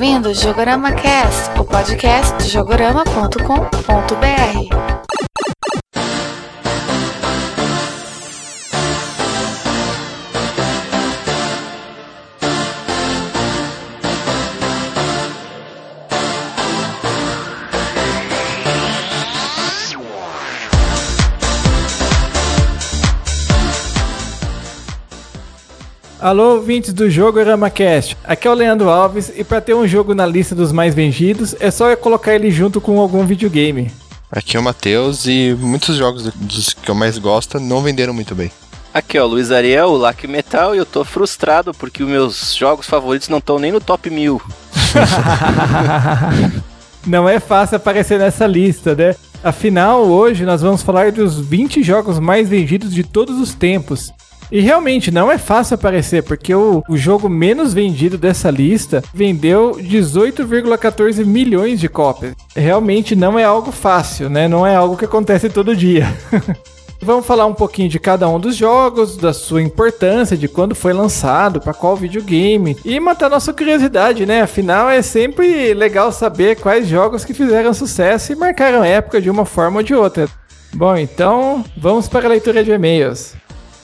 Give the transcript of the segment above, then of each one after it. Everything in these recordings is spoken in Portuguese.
ouvindo o Jogorama Cast, o podcast de jogorama.com.br. Alô, ouvintes do Jogorama Cast. Aqui é o Leandro Alves e para ter um jogo na lista dos mais vendidos, é só eu colocar ele junto com algum videogame. Aqui é o Matheus e muitos jogos dos que eu mais gosto não venderam muito bem. Aqui é o Luiz Ariel, o Lack Metal, e eu tô frustrado porque os meus jogos favoritos não estão nem no top 1000. Não é fácil aparecer nessa lista, né? Afinal, hoje nós vamos falar dos 20 jogos mais vendidos de todos os tempos. E realmente não é fácil aparecer, porque o jogo menos vendido dessa lista vendeu 18,14 milhões de cópias. Realmente não é algo fácil, né? Não é algo que acontece todo dia. Vamos falar um pouquinho de cada um dos jogos, da sua importância, de quando foi lançado, para qual videogame, e matar nossa curiosidade, né? Afinal, é sempre legal saber quais jogos que fizeram sucesso e marcaram época de uma forma ou de outra. Bom, então vamos para a leitura de e-mails.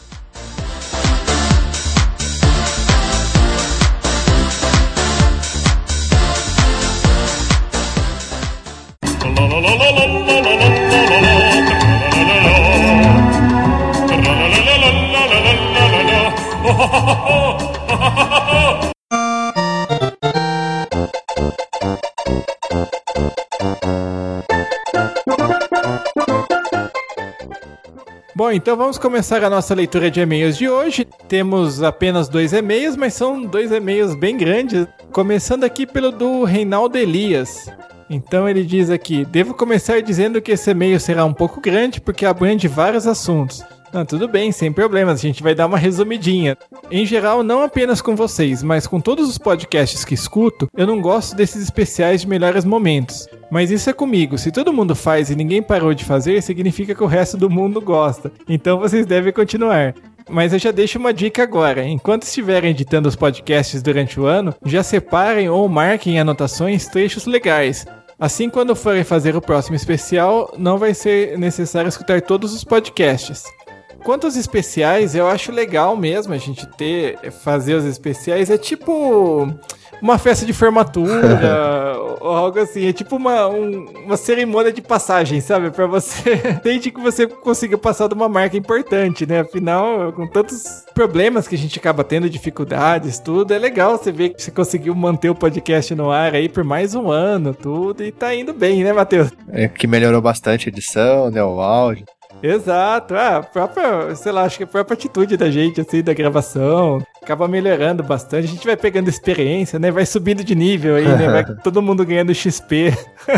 Bom, então vamos começar a nossa leitura de e-mails de hoje. Temos apenas 2 e-mails, mas são 2 e-mails bem grandes. Começando aqui pelo do Reinaldo Elias. Então ele diz aqui: devo começar dizendo que esse e-mail será um pouco grande porque abrange vários assuntos. Não, tudo bem, sem problemas, a gente vai dar uma resumidinha. Em geral, não apenas com vocês, mas com todos os podcasts que escuto, eu não gosto desses especiais de melhores momentos. Mas isso é comigo, se todo mundo faz e ninguém parou de fazer, significa que o resto do mundo gosta. Então vocês devem continuar. Mas eu já deixo uma dica agora: enquanto estiverem editando os podcasts durante o ano, já separem ou marquem em anotações trechos legais. Assim, quando forem fazer o próximo especial, não vai ser necessário escutar todos os podcasts. Quanto aos especiais, eu acho legal mesmo a gente fazer os especiais. É tipo uma festa de formatura ou algo assim. É tipo uma cerimônia de passagem, sabe? Pra você, desde que você consiga passar de uma marca importante, né? Afinal, com tantos problemas que a gente acaba tendo, dificuldades, tudo, é legal você ver que você conseguiu manter o podcast no ar aí por mais um ano, tudo, e tá indo bem, né, Matheus? É que melhorou bastante a edição, né? O áudio. Exato, a própria, sei lá, acho que a própria atitude da gente, assim, da gravação, acaba melhorando bastante, a gente vai pegando experiência, né, vai subindo de nível aí, né, vai todo mundo ganhando XP.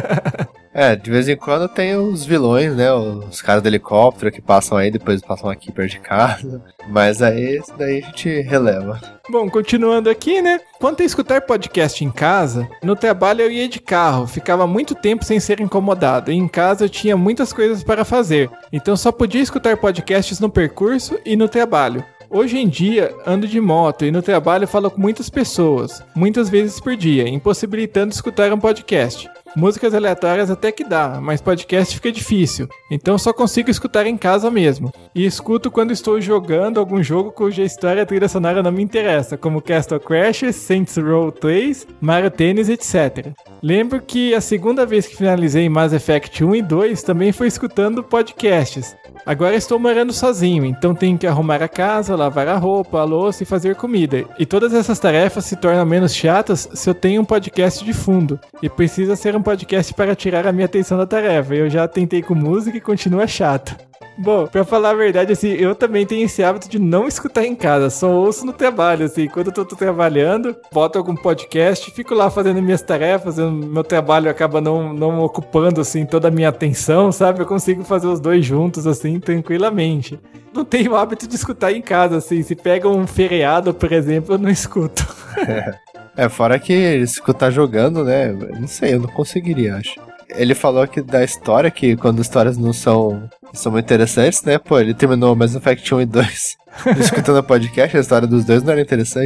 De vez em quando tem os vilões, né, os caras do helicóptero que passam aí, depois passam aqui perto de casa, mas aí, isso daí a gente releva. Bom, continuando aqui, né, quanto a escutar podcast em casa, no trabalho eu ia de carro, ficava muito tempo sem ser incomodado, e em casa eu tinha muitas coisas para fazer, então só podia escutar podcasts no percurso e no trabalho. Hoje em dia, ando de moto e no trabalho falo com muitas pessoas, muitas vezes por dia, impossibilitando escutar um podcast. Músicas aleatórias até que dá, mas podcast fica difícil, então só consigo escutar em casa mesmo. E escuto quando estou jogando algum jogo cuja história e trilha sonora não me interessa, como Castle Crashers, Saints Row 3, Mario Tennis, etc. Lembro que a segunda vez que finalizei Mass Effect 1 e 2 também foi escutando podcasts. Agora estou morando sozinho, então tenho que arrumar a casa, lavar a roupa, a louça e fazer comida. E todas essas tarefas se tornam menos chatas se eu tenho um podcast de fundo. E precisa ser um podcast para tirar a minha atenção da tarefa. Eu já tentei com música e continua chato. Bom, pra falar a verdade, assim, eu também tenho esse hábito de não escutar em casa, só ouço no trabalho, assim, quando eu tô trabalhando, boto algum podcast, fico lá fazendo minhas tarefas, meu trabalho acaba não ocupando, assim, toda a minha atenção, sabe? Eu consigo fazer os dois juntos, assim, tranquilamente. Não tenho o hábito de escutar em casa, assim, se pega um feriado, por exemplo, eu não escuto. Fora que escutar jogando, né, não sei, eu não conseguiria, acho. Ele falou aqui da história, que quando histórias não são muito interessantes, né? Pô, ele terminou Mass Effect 1 e 2 escutando o podcast, a história dos dois não era interessante.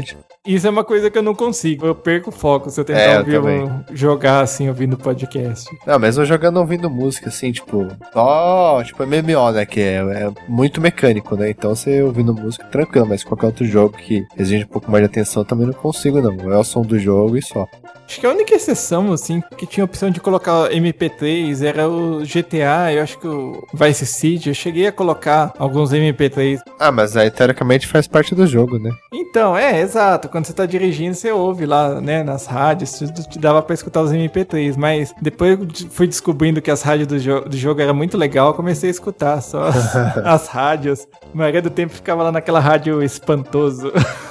Isso é uma coisa que eu não consigo. Eu perco o foco se eu tentar jogar assim, ouvindo podcast. Não, mesmo jogando ouvindo música, assim, tipo MMO, né? Que é muito mecânico, né? Então você ouvindo música tranquilo, mas qualquer outro jogo que exige um pouco mais de atenção eu também não consigo, não. É o som do jogo e só. Acho que a única exceção, assim, que tinha a opção de colocar MP3 era o GTA, eu acho que o Vice City, eu cheguei a colocar alguns MP3. Ah, mas aí teoricamente faz parte do jogo, né? Então, exato. Quando você tá dirigindo, você ouve lá, né, nas rádios, tudo te dava pra escutar os MP3, mas depois eu fui descobrindo que as rádios do jogo era muito legal, eu comecei a escutar só as rádios. A maioria do tempo ficava lá naquela rádio espantoso.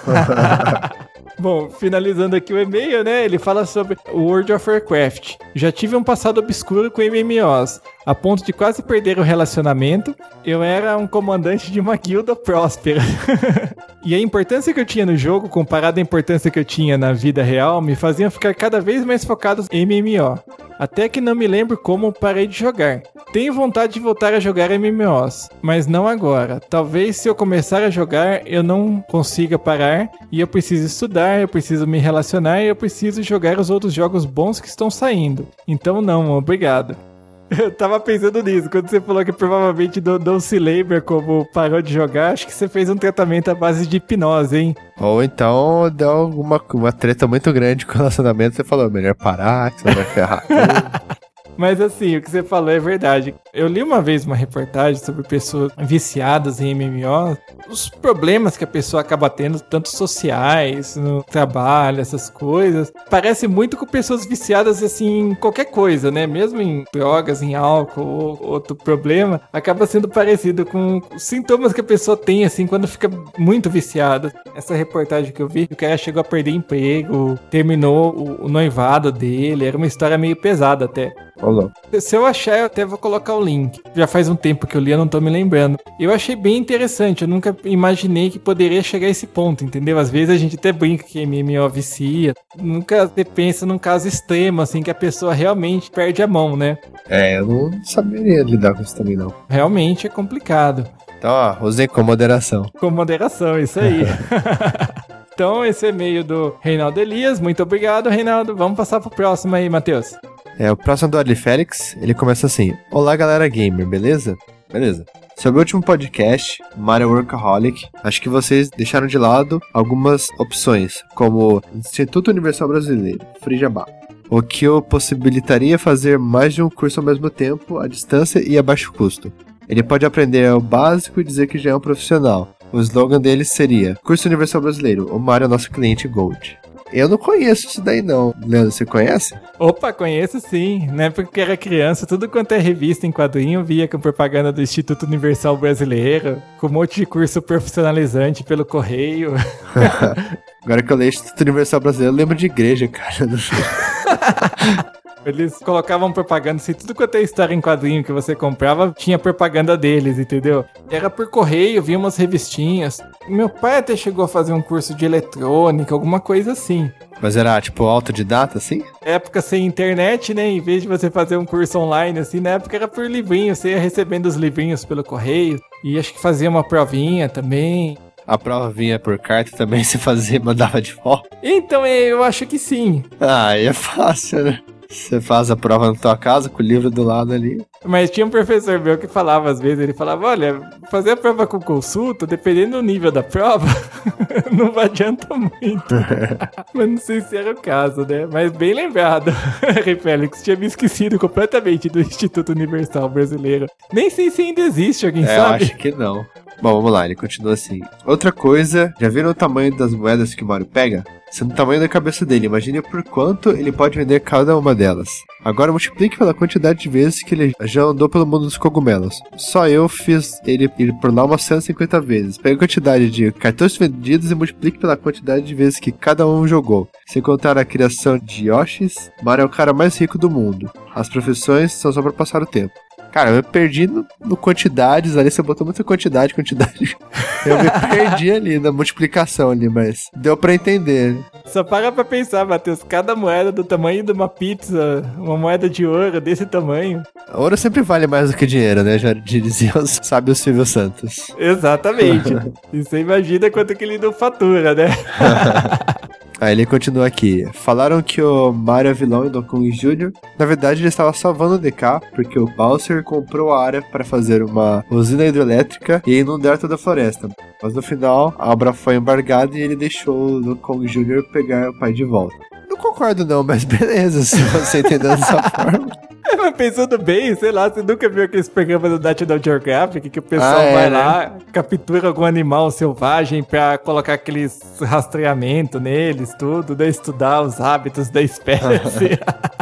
Bom, finalizando aqui o e-mail, né? Ele fala sobre World of Warcraft. Já tive um passado obscuro com MMOs, a ponto de quase perder o relacionamento. Eu era um comandante de uma guilda próspera. E a importância que eu tinha no jogo, comparada à importância que eu tinha na vida real, me faziam ficar cada vez mais focado em MMO. Até que não me lembro como parei de jogar. Tenho vontade de voltar a jogar MMOs, mas não agora. Talvez se eu começar a jogar, eu não consiga parar, e eu preciso estudar, eu preciso me relacionar, e eu preciso jogar os outros jogos bons que estão saindo. Então não, obrigado. Eu tava pensando nisso, quando você falou que provavelmente não se lembra como parou de jogar, acho que você fez um tratamento à base de hipnose, hein? Ou então deu uma treta muito grande com o relacionamento, você falou, melhor parar, que você vai ferrar. Mas assim, o que você falou é verdade. Eu li uma vez uma reportagem sobre pessoas viciadas em MMO, os problemas que a pessoa acaba tendo, tanto sociais, no trabalho, essas coisas. Parece muito com pessoas viciadas assim em qualquer coisa, né? Mesmo em drogas, em álcool ou outro problema, acaba sendo parecido com os sintomas que a pessoa tem assim quando fica muito viciada. Essa reportagem que eu vi, o cara chegou a perder emprego, terminou o noivado dele, era uma história meio pesada até. Olá. Se eu achar, eu até vou colocar o link. Já faz um tempo que eu li, eu não tô me lembrando. Eu achei bem interessante, eu nunca imaginei que poderia chegar a esse ponto, entendeu? Às vezes a gente até brinca que MMO vicia. Nunca você pensa num caso extremo, assim, que a pessoa realmente perde a mão, né? Eu não saberia lidar com isso também, não. Realmente é complicado. Então, usem com moderação. Com moderação, isso aí. Então, esse é e-mail do Reinaldo Elias. Muito obrigado, Reinaldo. Vamos passar pro próximo aí, Matheus. O próximo do Adli Félix, ele começa assim: olá galera gamer, beleza? Beleza. Sobre o último podcast, Mario Workaholic, acho que vocês deixaram de lado algumas opções, como Instituto Universal Brasileiro, Frijabá, o que o possibilitaria fazer mais de um curso ao mesmo tempo, à distância e a baixo custo. Ele pode aprender o básico e dizer que já é um profissional. O slogan dele seria: Curso Universal Brasileiro, o Mario é nosso cliente Gold. Eu não conheço isso daí não. Leandro, você conhece? Opa, conheço sim. Na época que era criança, tudo quanto é revista em quadrinho via com propaganda do Instituto Universal Brasileiro, com um monte de curso profissionalizante pelo correio. Agora que eu leio Instituto Universal Brasileiro, eu lembro de igreja, cara. Eles colocavam propaganda, assim, tudo quanto é história em quadrinho que você comprava, tinha propaganda deles, entendeu? Era por correio, vinha umas revistinhas. Meu pai até chegou a fazer um curso de eletrônica, alguma coisa assim. Mas era, tipo, autodidata, assim? Época sem internet, né? Em vez de você fazer um curso online, assim, na época era por livrinho, você ia recebendo os livrinhos pelo correio. E acho que fazia uma provinha também. A prova vinha por carta também, você fazia, mandava de volta? Então, eu acho que sim. Aí é fácil, né? Você faz a prova na tua casa com o livro do lado ali. Mas tinha um professor meu que falava às vezes, ele falava, olha, fazer a prova com consulta, dependendo do nível da prova, não adianta muito. Mas não sei se era o caso, né? Mas bem lembrado, Rei Félix, tinha me esquecido completamente do Instituto Universal Brasileiro. Nem sei se ainda existe, alguém sabe? Eu acho que não. Bom, vamos lá, ele continua assim. Outra coisa, já viram o tamanho das moedas que o Mario pega? Sendo o tamanho da cabeça dele, imagine por quanto ele pode vender cada uma delas. Agora multiplique pela quantidade de vezes que ele já andou pelo mundo dos cogumelos. Só eu fiz ele ir por lá umas 150 vezes. Pegue a quantidade de cartões vendidos e multiplique pela quantidade de vezes que cada um jogou. Sem contar a criação de Yoshis, Mario é o cara mais rico do mundo. As profissões são só para passar o tempo. Cara, eu me perdi no quantidades ali, você botou muita quantidade. Eu me perdi ali na multiplicação ali, mas deu pra entender. Só para pra pensar, Matheus, cada moeda do tamanho de uma pizza, uma moeda de ouro desse tamanho. Ouro sempre vale mais do que dinheiro, né? Já dizia o sábio Silvio Santos. Exatamente. E você imagina quanto que ele não fatura, né? Aí ele continua aqui. Falaram que o Mario é vilão em Donkey Kong Jr. Na verdade, ele estava salvando o DK, porque o Bowser comprou a área para fazer uma usina hidrelétrica e inundar toda a floresta. Mas no final, a obra foi embargada e ele deixou o Donkey Kong Jr. pegar o pai de volta. Não concordo não, mas beleza, se você entender dessa forma. Mas pensando bem, sei lá, você nunca viu aqueles programas do National Geographic que o pessoal vai lá, captura algum animal selvagem pra colocar aqueles rastreamento neles, tudo, daí estudar os hábitos da espécie.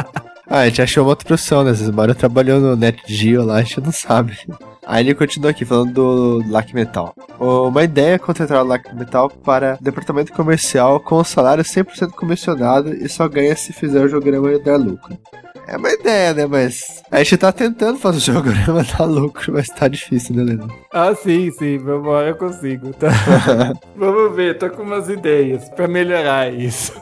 A gente achou uma outra profissão, né? O Mario trabalhou no Net Geo lá, a gente não sabe. Aí ele continua aqui, falando do Lac Metal. Uma ideia é contratar o Lac Metal para departamento comercial com um salário 100% comissionado e só ganha se fizer o jogorama dar lucro. É uma ideia, né? Mas a gente tá tentando fazer o jogorama dar lucro, mas tá difícil, né, Leandro? Ah, sim, uma hora eu consigo, tá? Vamos ver, tô com umas ideias pra melhorar isso.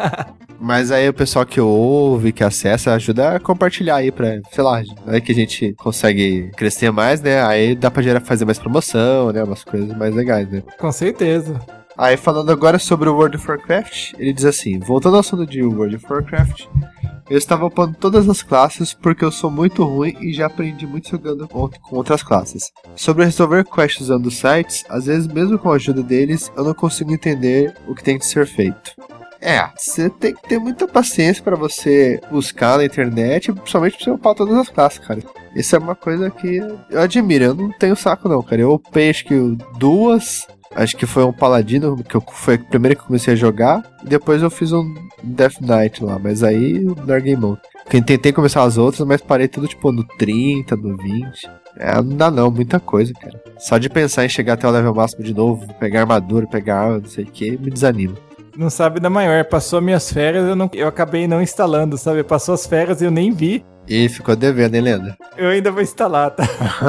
Mas aí o pessoal que ouve, que acessa, ajuda a compartilhar aí pra, sei lá, aí que a gente consegue crescer mais, né? Aí dá pra fazer mais promoção, né? Umas coisas mais legais, né? Com certeza. Aí falando agora sobre o World of Warcraft, ele diz assim, voltando ao assunto de World of Warcraft, eu estava upando todas as classes porque eu sou muito ruim e já aprendi muito jogando com outras classes. Sobre resolver quests usando sites, às vezes mesmo com a ajuda deles, eu não consigo entender o que tem que ser feito. Você tem que ter muita paciência pra você buscar na internet, principalmente pra você upar todas as classes, cara. Isso é uma coisa que eu admiro, eu não tenho saco não, cara. Eu upei acho que duas, acho que foi um Paladino, que foi a primeira que eu comecei a jogar, e depois eu fiz um Death Knight lá, mas aí larguei mão. Tentei começar as outras, mas parei tudo tipo no 30, no 20. Não dá não, muita coisa, cara. Só de pensar em chegar até o level máximo de novo, pegar armadura, pegar arma, não sei o que, me desanima. Não sabe da maior, passou minhas férias, eu acabei não instalando, sabe? Passou as férias e eu nem vi. E ficou devendo, hein, Leandro? Eu ainda vou instalar, tá?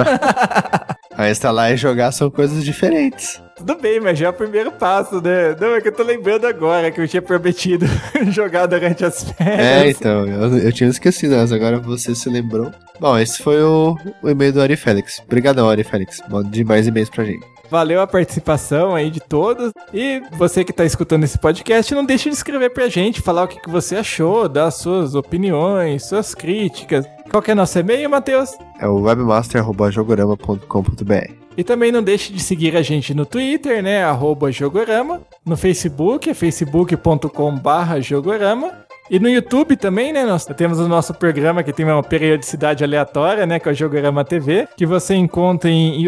A instalar e jogar são coisas diferentes. Tudo bem, mas já é o primeiro passo, né? Não, é que eu tô lembrando agora que eu tinha prometido jogar durante as férias. Então, eu tinha esquecido, mas agora você se lembrou. Bom, esse foi o e-mail do Ari Félix. Obrigadão, Ari Félix. Mande mais e-mails pra gente. Valeu a participação aí de todos. E você que tá escutando esse podcast, não deixe de escrever pra gente, falar o que você achou, dar suas opiniões, suas críticas. Qual que é nosso e-mail, Matheus? É o webmaster@jogorama.com.br. E também não deixe de seguir a gente no Twitter, né? @jogorama. No Facebook, é facebook.com/jogorama. E no YouTube também, né? Nós temos o nosso programa que tem uma periodicidade aleatória, né? Que é o Jogorama TV, que você encontra em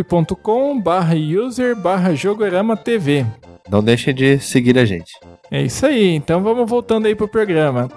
youtube.com/user/Jogorama TV. Não deixem de seguir a gente. É isso aí. Então vamos voltando aí pro programa.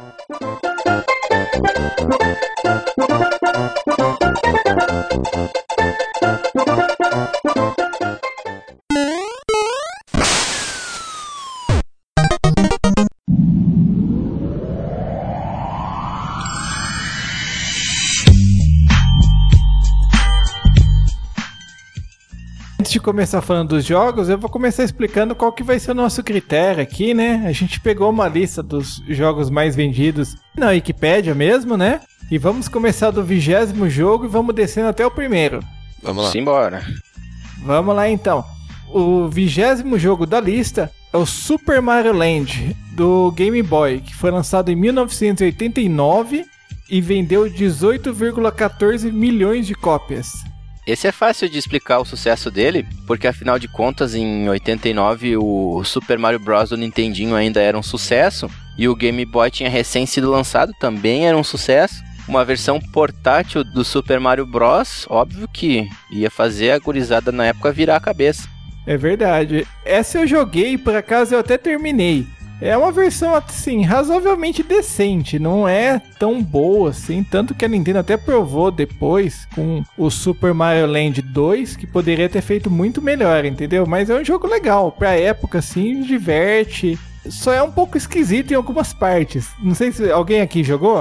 Antes de começar falando dos jogos, eu vou começar explicando qual que vai ser o nosso critério aqui, né? A gente pegou uma lista dos jogos mais vendidos na Wikipédia mesmo, né? E vamos começar do 20º jogo e vamos descendo até o primeiro. Vamos lá. Simbora. Vamos lá então. O 20º jogo da lista é o Super Mario Land do Game Boy, que foi lançado em 1989 e vendeu 18,14 milhões de cópias. Esse é fácil de explicar o sucesso dele, porque afinal de contas, em 89, o Super Mario Bros. Do Nintendinho ainda era um sucesso, e o Game Boy tinha recém sido lançado, também era um sucesso. Uma versão portátil do Super Mario Bros., óbvio que ia fazer a gurizada na época virar a cabeça. É verdade. Essa eu joguei, por acaso eu até terminei. É uma versão, assim, razoavelmente decente, não é tão boa assim, tanto que a Nintendo até provou depois com o Super Mario Land 2, que poderia ter feito muito melhor, entendeu? Mas é um jogo legal, pra época, assim, diverte, só é um pouco esquisito em algumas partes. Não sei se alguém aqui jogou?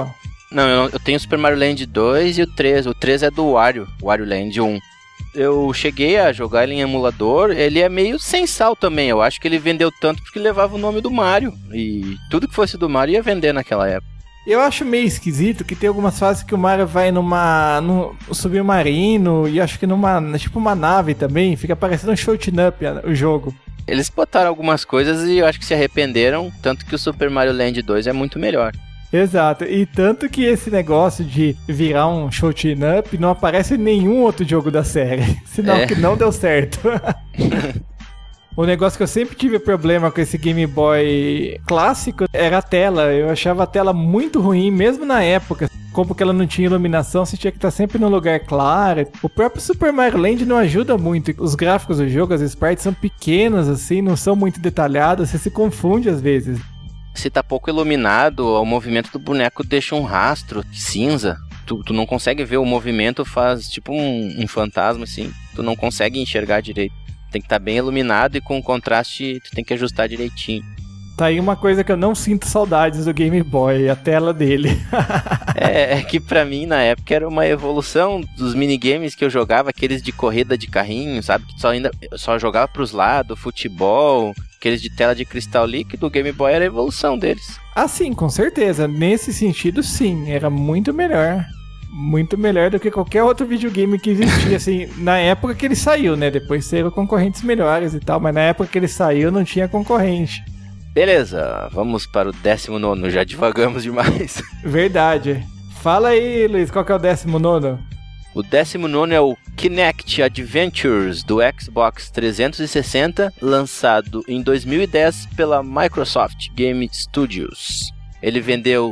Não, eu tenho o Super Mario Land 2 e o 3. O 3 é do Wario Land 1. Eu cheguei a jogar ele em emulador, ele é meio sem sal também. Eu acho que ele vendeu tanto porque levava o nome do Mario. E tudo que fosse do Mario ia vender naquela época. Eu acho meio esquisito que tem algumas fases que o Mario vai num submarino e acho que tipo uma nave também. Fica parecendo um shoot-'em up o jogo. Eles botaram algumas coisas e eu acho que se arrependeram, tanto que o Super Mario Land 2 é muito melhor. Exato, e tanto que esse negócio de virar um shoot-'em up não aparece em nenhum outro jogo da série, sinal que não deu certo. O negócio que eu sempre tive problema com esse Game Boy clássico era a tela. Eu achava a tela muito ruim, mesmo na época. Como que ela não tinha iluminação, você tinha que estar sempre num lugar claro. O próprio Super Mario Land não ajuda muito. Os gráficos do jogo, as sprites são pequenas, assim, não são muito detalhadas, você se confunde às vezes. Se tá pouco iluminado, o movimento do boneco deixa um rastro cinza. Tu não consegue ver o movimento, faz tipo um fantasma, assim. Tu não consegue enxergar direito. Tem que estar bem iluminado e com contraste tu tem que ajustar direitinho. Tá aí uma coisa que eu não sinto saudades do Game Boy, a tela dele. É que pra mim na época era uma evolução dos minigames que eu jogava, aqueles de corrida de carrinho, sabe? Que só jogava pros lados, futebol, aqueles de tela de cristal líquido, o Game Boy era a evolução deles. Ah, sim, com certeza. Nesse sentido, sim, era muito melhor. Muito melhor do que qualquer outro videogame que existia, assim, na época que ele saiu, né? Depois saíram concorrentes melhores e tal, mas na época que ele saiu não tinha concorrente. Beleza, vamos para o 19º, já divagamos demais. Verdade. Fala aí, Luiz, qual que é o 19º? O 19º é o Kinect Adventures do Xbox 360, lançado em 2010 pela Microsoft Game Studios. Ele vendeu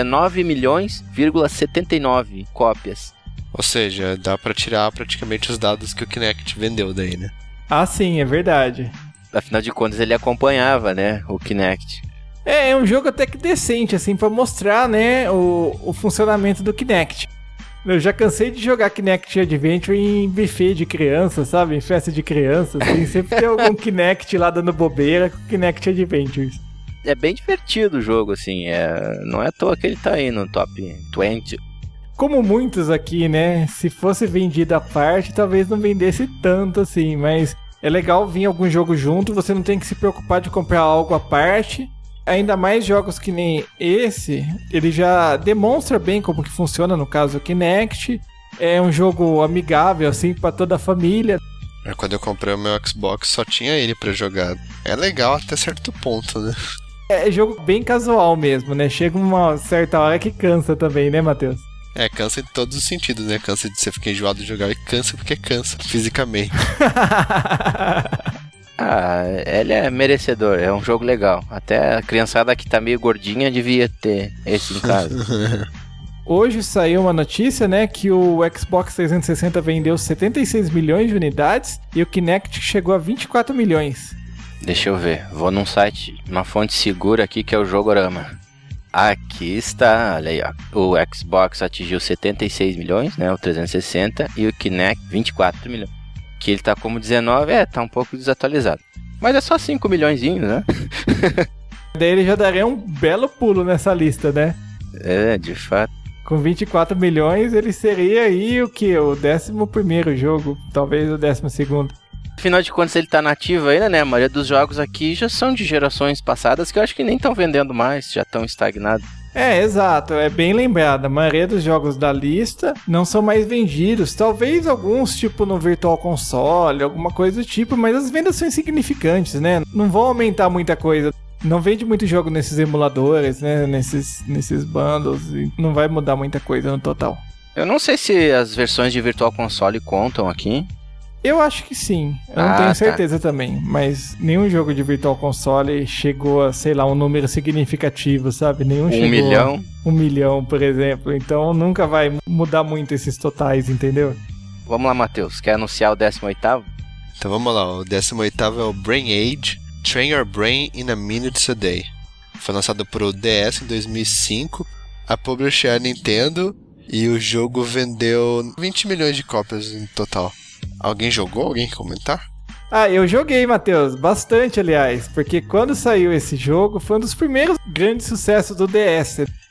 19,79 cópias. Ou seja, dá pra tirar praticamente os dados que o Kinect vendeu daí, né? Ah, sim, é verdade. Afinal de contas, ele acompanhava, né, o Kinect. É um jogo até que decente, assim, pra mostrar, né, o funcionamento do Kinect. Eu já cansei de jogar Kinect Adventure em buffet de criança, sabe? Em festa de criança, assim, sempre tem algum Kinect lá dando bobeira com Kinect Adventures. É bem divertido o jogo, assim, não é à toa que ele tá aí no top 20. Como muitos aqui, né, se fosse vendido à parte, talvez não vendesse tanto assim, mas é legal vir algum jogo junto, você não tem que se preocupar de comprar algo à parte. Ainda mais jogos que nem esse, ele já demonstra bem como que funciona, no caso o Kinect. É um jogo amigável, assim, pra toda a família. Quando eu comprei o meu Xbox, só tinha ele pra jogar. É legal até certo ponto, né? É jogo bem casual mesmo, né? Chega uma certa hora que cansa também, né, Matheus? Cansa em todos os sentidos, né? Cansa de você ficar enjoado de jogar e cansa porque cansa fisicamente. Ele é merecedor, é um jogo legal. Até a criançada que tá meio gordinha devia ter esse em casa. Hoje saiu uma notícia, né, que o Xbox 360 vendeu 76 milhões de unidades e o Kinect chegou a 24 milhões. Deixa eu ver, vou num site, uma fonte segura aqui que é o Jogorama. Aqui está, olha aí, ó. O Xbox atingiu 76 milhões, né, o 360, e o Kinect 24 milhões. Que ele tá como 19, tá um pouco desatualizado. Mas é só 5 milhõezinhos, né? Daí ele já daria um belo pulo nessa lista, né? De fato. Com 24 milhões ele seria aí o que? O 11º jogo, talvez o 12º. Afinal de contas ele tá nativo ainda, né? A maioria dos jogos aqui já são de gerações passadas que eu acho que nem estão vendendo mais, já estão estagnados. Exato, é bem lembrado. A maioria dos jogos da lista não são mais vendidos. Talvez alguns, tipo no Virtual Console, alguma coisa do tipo, mas as vendas são insignificantes, né? Não vão aumentar muita coisa. Não vende muito jogo nesses emuladores, né? Nesses bundles. E não vai mudar muita coisa no total. Eu não sei se as versões de Virtual Console contam aqui. Eu acho que sim, eu não tenho certeza também, mas nenhum jogo de Virtual Console chegou a, sei lá, um número significativo, sabe? Nenhum chegou 1 milhão? 1 milhão, por exemplo, então nunca vai mudar muito esses totais, entendeu? Vamos lá, Matheus, quer anunciar o 18º? Então vamos lá, o 18º é o Brain Age, Train Your Brain in a Minute a Day. Foi lançado pro DS em 2005, a publisher é a Nintendo, e o jogo vendeu 20 milhões de cópias no total. Alguém jogou? Alguém quer comentar? Eu joguei, Matheus, bastante, aliás, porque quando saiu esse jogo, foi um dos primeiros grandes sucessos do DS.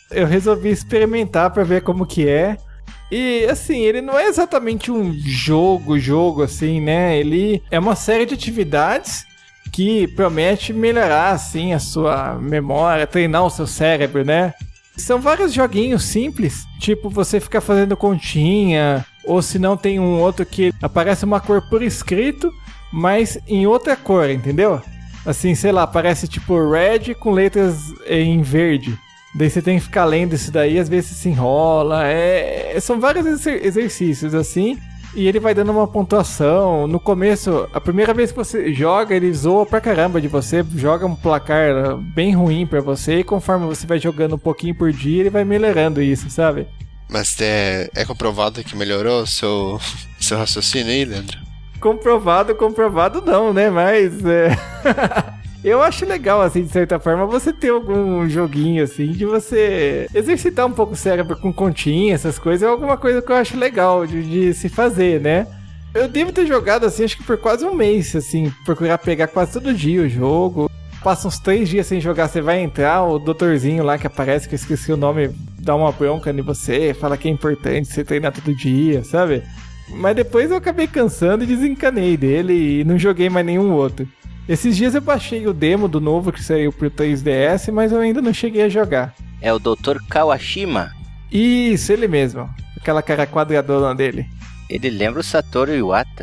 Eu resolvi experimentar pra ver como que é. E, assim, ele não é exatamente um jogo assim, né? Ele é uma série de atividades que promete melhorar, assim, a sua memória, treinar o seu cérebro, né? São vários joguinhos simples, tipo você ficar fazendo continha, ou se não tem um outro que aparece uma cor por escrito, mas em outra cor, entendeu? Assim, sei lá, aparece tipo red com letras em verde. Daí você tem que ficar lendo isso daí, às vezes se enrola. São vários exercícios assim. E ele vai dando uma pontuação. No começo, a primeira vez que você joga, ele zoa pra caramba de você. Joga um placar bem ruim pra você. E conforme você vai jogando um pouquinho por dia, ele vai melhorando isso, sabe? Mas é comprovado que melhorou o seu raciocínio aí, Leandro? Comprovado não, né? Mas eu acho legal, assim, de certa forma, você ter algum joguinho, assim, de você exercitar um pouco o cérebro com continha, essas coisas, é alguma coisa que eu acho legal de se fazer, né? Eu devo ter jogado, assim, acho que por quase um mês, assim, procurar pegar quase todo dia o jogo. Passa uns 3 dias sem jogar, você vai entrar, o doutorzinho lá que aparece, que eu esqueci o nome, dá uma bronca em você, fala que é importante você treinar todo dia, sabe? Mas depois eu acabei cansando e desencanei dele e não joguei mais nenhum outro. Esses dias eu baixei o demo do novo que saiu pro 3DS, mas eu ainda não cheguei a jogar. É o Dr. Kawashima? Isso, ele mesmo. Aquela cara quadradona dele. Ele lembra o Satoru Iwata.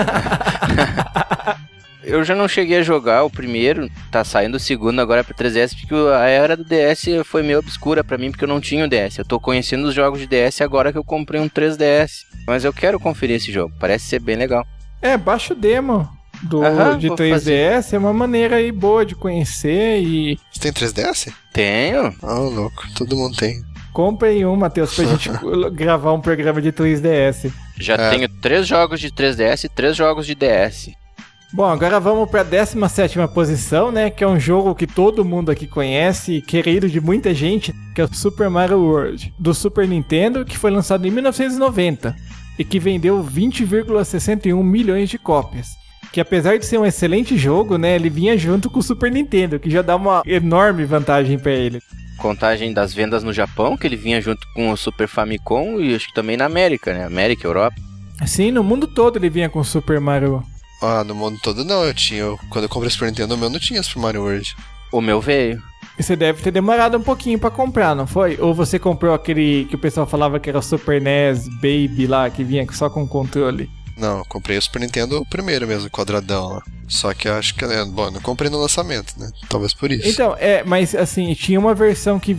Eu já não cheguei a jogar o primeiro, tá saindo o segundo agora pro 3DS, porque a era do DS foi meio obscura pra mim, porque eu não tinha o DS. Eu tô conhecendo os jogos de DS agora que eu comprei um 3DS. Mas eu quero conferir esse jogo, parece ser bem legal. Baixa o demo de 3DS, fazer. É uma maneira aí boa de conhecer e... Você tem 3DS? Tenho. Louco, todo mundo tem. Comprei um, Matheus, pra gente gravar um programa de 3DS. Já tenho 3 jogos de 3DS e 3 jogos de DS. Bom, agora vamos pra 17ª posição, né? Que é um jogo que todo mundo aqui conhece, querido de muita gente, que é o Super Mario World, do Super Nintendo, que foi lançado em 1990 e que vendeu 20,61 milhões de cópias. Que apesar de ser um excelente jogo, né? Ele vinha junto com o Super Nintendo, que já dá uma enorme vantagem pra ele. Contagem das vendas no Japão, que ele vinha junto com o Super Famicom e acho que também na América, né? América, Europa. Sim, no mundo todo ele vinha com o Super Mario. No mundo todo não, quando eu comprei o Super Nintendo, o meu não tinha Super Mario World. O meu veio. E você deve ter demorado um pouquinho pra comprar, não foi? Ou você comprou aquele que o pessoal falava que era o Super NES Baby lá, que vinha só com controle? Não, eu comprei o Super Nintendo o primeiro mesmo, quadradão lá. Só que eu acho que, bom, não comprei no lançamento, né? Talvez por isso. Então, mas assim, tinha uma versão que...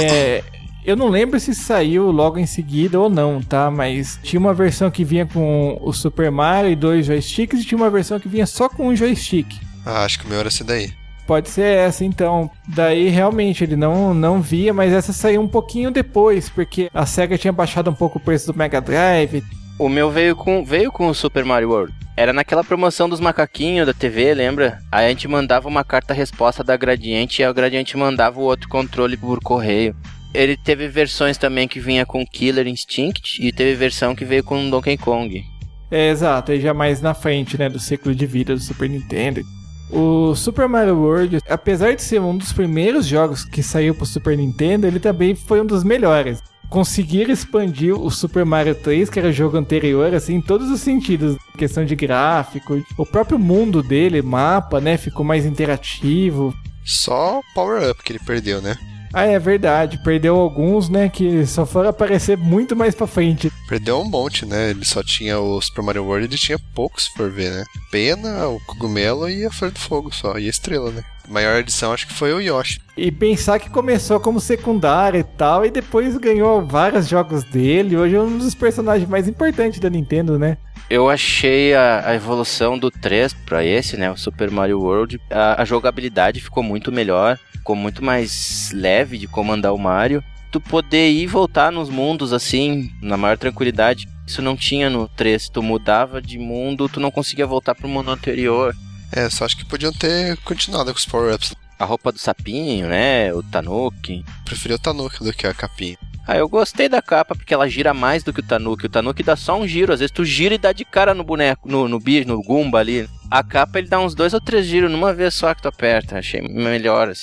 eu não lembro se saiu logo em seguida ou não, tá? Mas tinha uma versão que vinha com o Super Mario e 2 joysticks e tinha uma versão que vinha só com um joystick. Acho que o meu era esse daí. Pode ser essa, então. Daí, realmente, ele não via, mas essa saiu um pouquinho depois, porque a SEGA tinha baixado um pouco o preço do Mega Drive. O meu veio com o Super Mario World. Era naquela promoção dos macaquinhos da TV, lembra? Aí a gente mandava uma carta-resposta da Gradiente e a Gradiente mandava o outro controle por correio. Ele teve versões também que vinha com Killer Instinct e teve versão que veio com Donkey Kong. Exato, aí já mais na frente, né, do ciclo de vida do Super Nintendo. O Super Mario World, apesar de ser um dos primeiros jogos que saiu pro Super Nintendo, ele também foi um dos melhores. Conseguiram expandir o Super Mario 3, que era o jogo anterior, assim, em todos os sentidos. Questão de gráfico, o próprio mundo dele, mapa, né, ficou mais interativo. Só power-up que ele perdeu, né? É verdade. Perdeu alguns, né, que só foram aparecer muito mais pra frente. Perdeu um monte, né? Ele só tinha o Super Mario World, ele tinha poucos, se for ver, né? Pena, o Cogumelo e a Flor do Fogo só, e a Estrela, né? A maior edição acho que foi o Yoshi. E pensar que começou como secundário e tal, e depois ganhou vários jogos dele. Hoje é um dos personagens mais importantes da Nintendo, né? Eu achei a evolução do 3 pra esse, né? O Super Mario World. A jogabilidade ficou muito melhor. Ficou muito mais leve de comandar o Mario. Tu poder ir e voltar nos mundos, assim, na maior tranquilidade. Isso não tinha no 3. Tu mudava de mundo, tu não conseguia voltar pro mundo anterior. Só acho que podiam ter continuado com os power-ups. A roupa do sapinho, né? O Tanuki. Preferi o Tanuki do que a capinha. Eu gostei da capa porque ela gira mais do que o Tanuki. O Tanuki dá só um giro. Às vezes tu gira e dá de cara no boneco, no bicho, no Goomba ali. A capa ele dá uns 2 ou 3 giros numa vez só que tu aperta. Achei melhor, assim.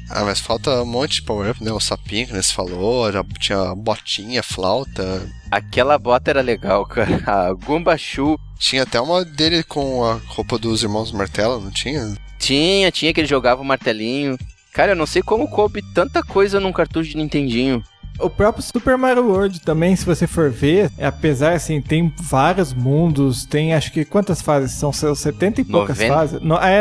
Ah, mas falta um monte de power-up, né? O sapinho que você falou, já tinha botinha, flauta. Aquela bota era legal, cara. A Goomba Shoe. Tinha até uma dele com a roupa dos Irmãos Martelo, não tinha? Tinha que ele jogava o martelinho. Cara, eu não sei como coube tanta coisa num cartucho de Nintendinho. O próprio Super Mario World também, se você for ver, apesar, assim, tem vários mundos, tem acho que quantas fases? São 70 e poucas fases?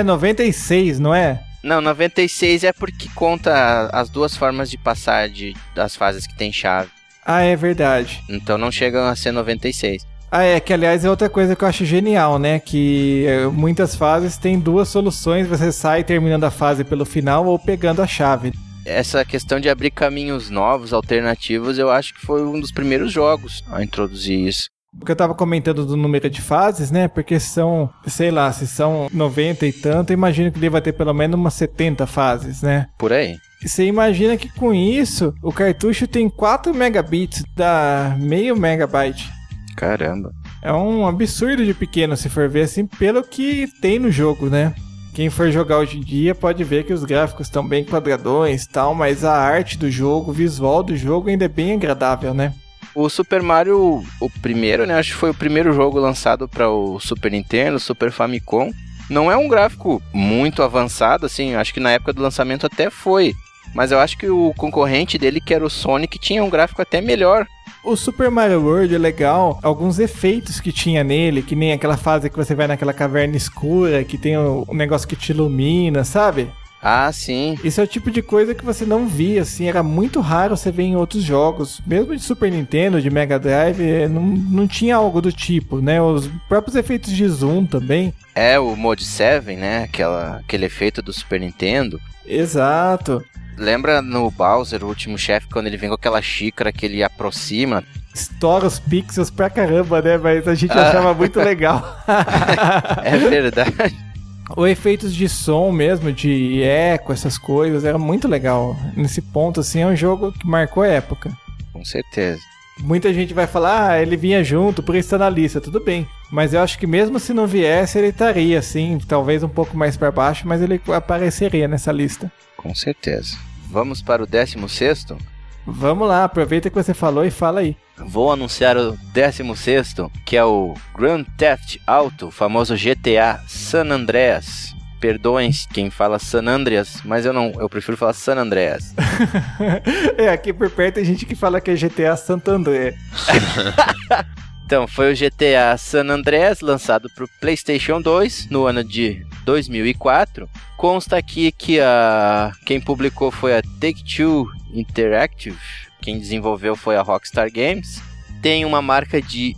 96, não é? Não, 96 é porque conta as duas formas de passar das fases que tem chave. Ah, é verdade. Então não chegam a ser 96. Ah, é, que aliás é outra coisa que eu acho genial, né? Que muitas fases tem duas soluções, você sai terminando a fase pelo final ou pegando a chave. Essa questão de abrir caminhos novos, alternativos, eu acho que foi um dos primeiros jogos a introduzir isso. Porque eu tava comentando do número de fases, né? Porque são, sei lá, se são 90 e tanto, eu imagino que deva ter pelo menos umas 70 fases, né? Por aí. E você imagina que com isso, o cartucho tem 4 megabits, dá meio megabyte. Caramba. É um absurdo de pequeno, se for ver assim, pelo que tem no jogo, né? Quem for jogar hoje em dia pode ver que os gráficos estão bem quadradões e tal, mas a arte do jogo, o visual do jogo ainda é bem agradável, né? O Super Mario, o primeiro, né? Acho que foi o primeiro jogo lançado para o Super Nintendo, Super Famicom. Não é um gráfico muito avançado, assim, acho que na época do lançamento até foi. Mas eu acho que o concorrente dele, que era o Sonic, tinha um gráfico até melhor. O Super Mario World é legal, alguns efeitos que tinha nele, que nem aquela fase que você vai naquela caverna escura, que tem um negócio que te ilumina, sabe? Ah, sim. Isso é o tipo de coisa que você não via, assim, era muito raro você ver em outros jogos. Mesmo de Super Nintendo, de Mega Drive, não tinha algo do tipo, né? Os próprios efeitos de zoom também. É, o Mode 7, né? Aquele efeito do Super Nintendo. Exato. Lembra no Bowser, o último chefe, quando ele vem com aquela xícara que ele aproxima? Estoura os pixels pra caramba, né? Mas a gente achava muito legal. É verdade. Os efeitos de som mesmo, de eco, essas coisas, era muito legal. Nesse ponto, assim, é um jogo que marcou a época. Com certeza. Muita gente vai falar, ele vinha junto, por isso tá na lista, tudo bem. Mas eu acho que mesmo se não viesse, ele estaria, assim, talvez um pouco mais pra baixo, mas ele apareceria nessa lista. Com certeza. Vamos para o 16º? Vamos lá, aproveita que você falou e fala aí. Vou anunciar o 16º, que é o Grand Theft Auto, o famoso GTA San Andreas. Perdoem quem fala San Andreas, mas eu prefiro falar San Andreas. Aqui por perto tem gente que fala que é GTA Santo André. Então, foi o GTA San Andreas, lançado para o PlayStation 2 no ano de 2004. Consta aqui que quem publicou foi a Take-Two Interactive, quem desenvolveu foi a Rockstar Games. Tem uma marca de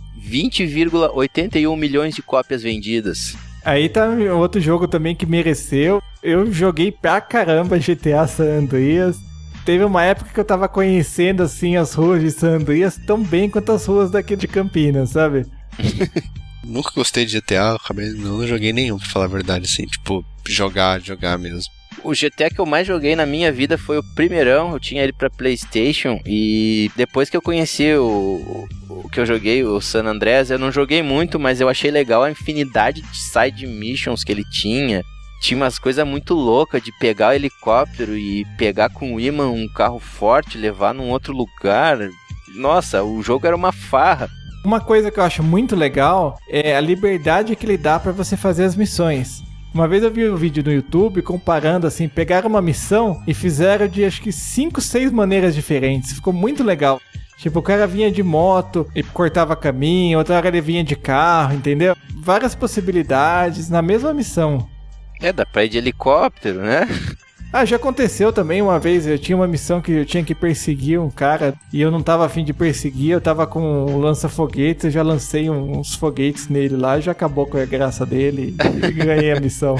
20,81 milhões de cópias vendidas. Aí tá outro jogo também que mereceu. Eu joguei pra caramba GTA San Andreas. Teve uma época que eu tava conhecendo, assim, as ruas de San Andreas tão bem quanto as ruas daqui de Campinas, sabe? Nunca gostei de GTA, não joguei nenhum, pra falar a verdade, assim, tipo, jogar mesmo. O GTA que eu mais joguei na minha vida foi o primeirão, eu tinha ele pra PlayStation, e depois que eu conheci o que eu joguei, o San Andreas, eu não joguei muito, mas eu achei legal a infinidade de side missions que ele tinha. Tinha umas coisas muito loucas de pegar o helicóptero e pegar com o imã um carro forte, levar num outro lugar. Nossa, o jogo era uma farra. Uma coisa que eu acho muito legal é a liberdade que ele dá pra você fazer as missões. Uma vez eu vi um vídeo no YouTube comparando assim, pegaram uma missão e fizeram de acho que 5, 6 maneiras diferentes. Ficou muito legal. Tipo, o cara vinha de moto e cortava caminho, outra hora ele vinha de carro, entendeu? Várias possibilidades na mesma missão. Dá pra ir de helicóptero, né? Já aconteceu também uma vez, eu tinha uma missão que eu tinha que perseguir um cara e eu não tava a fim de perseguir, eu tava com um lança-foguetes, eu já lancei uns foguetes nele lá e já acabou com a graça dele e ganhei a missão.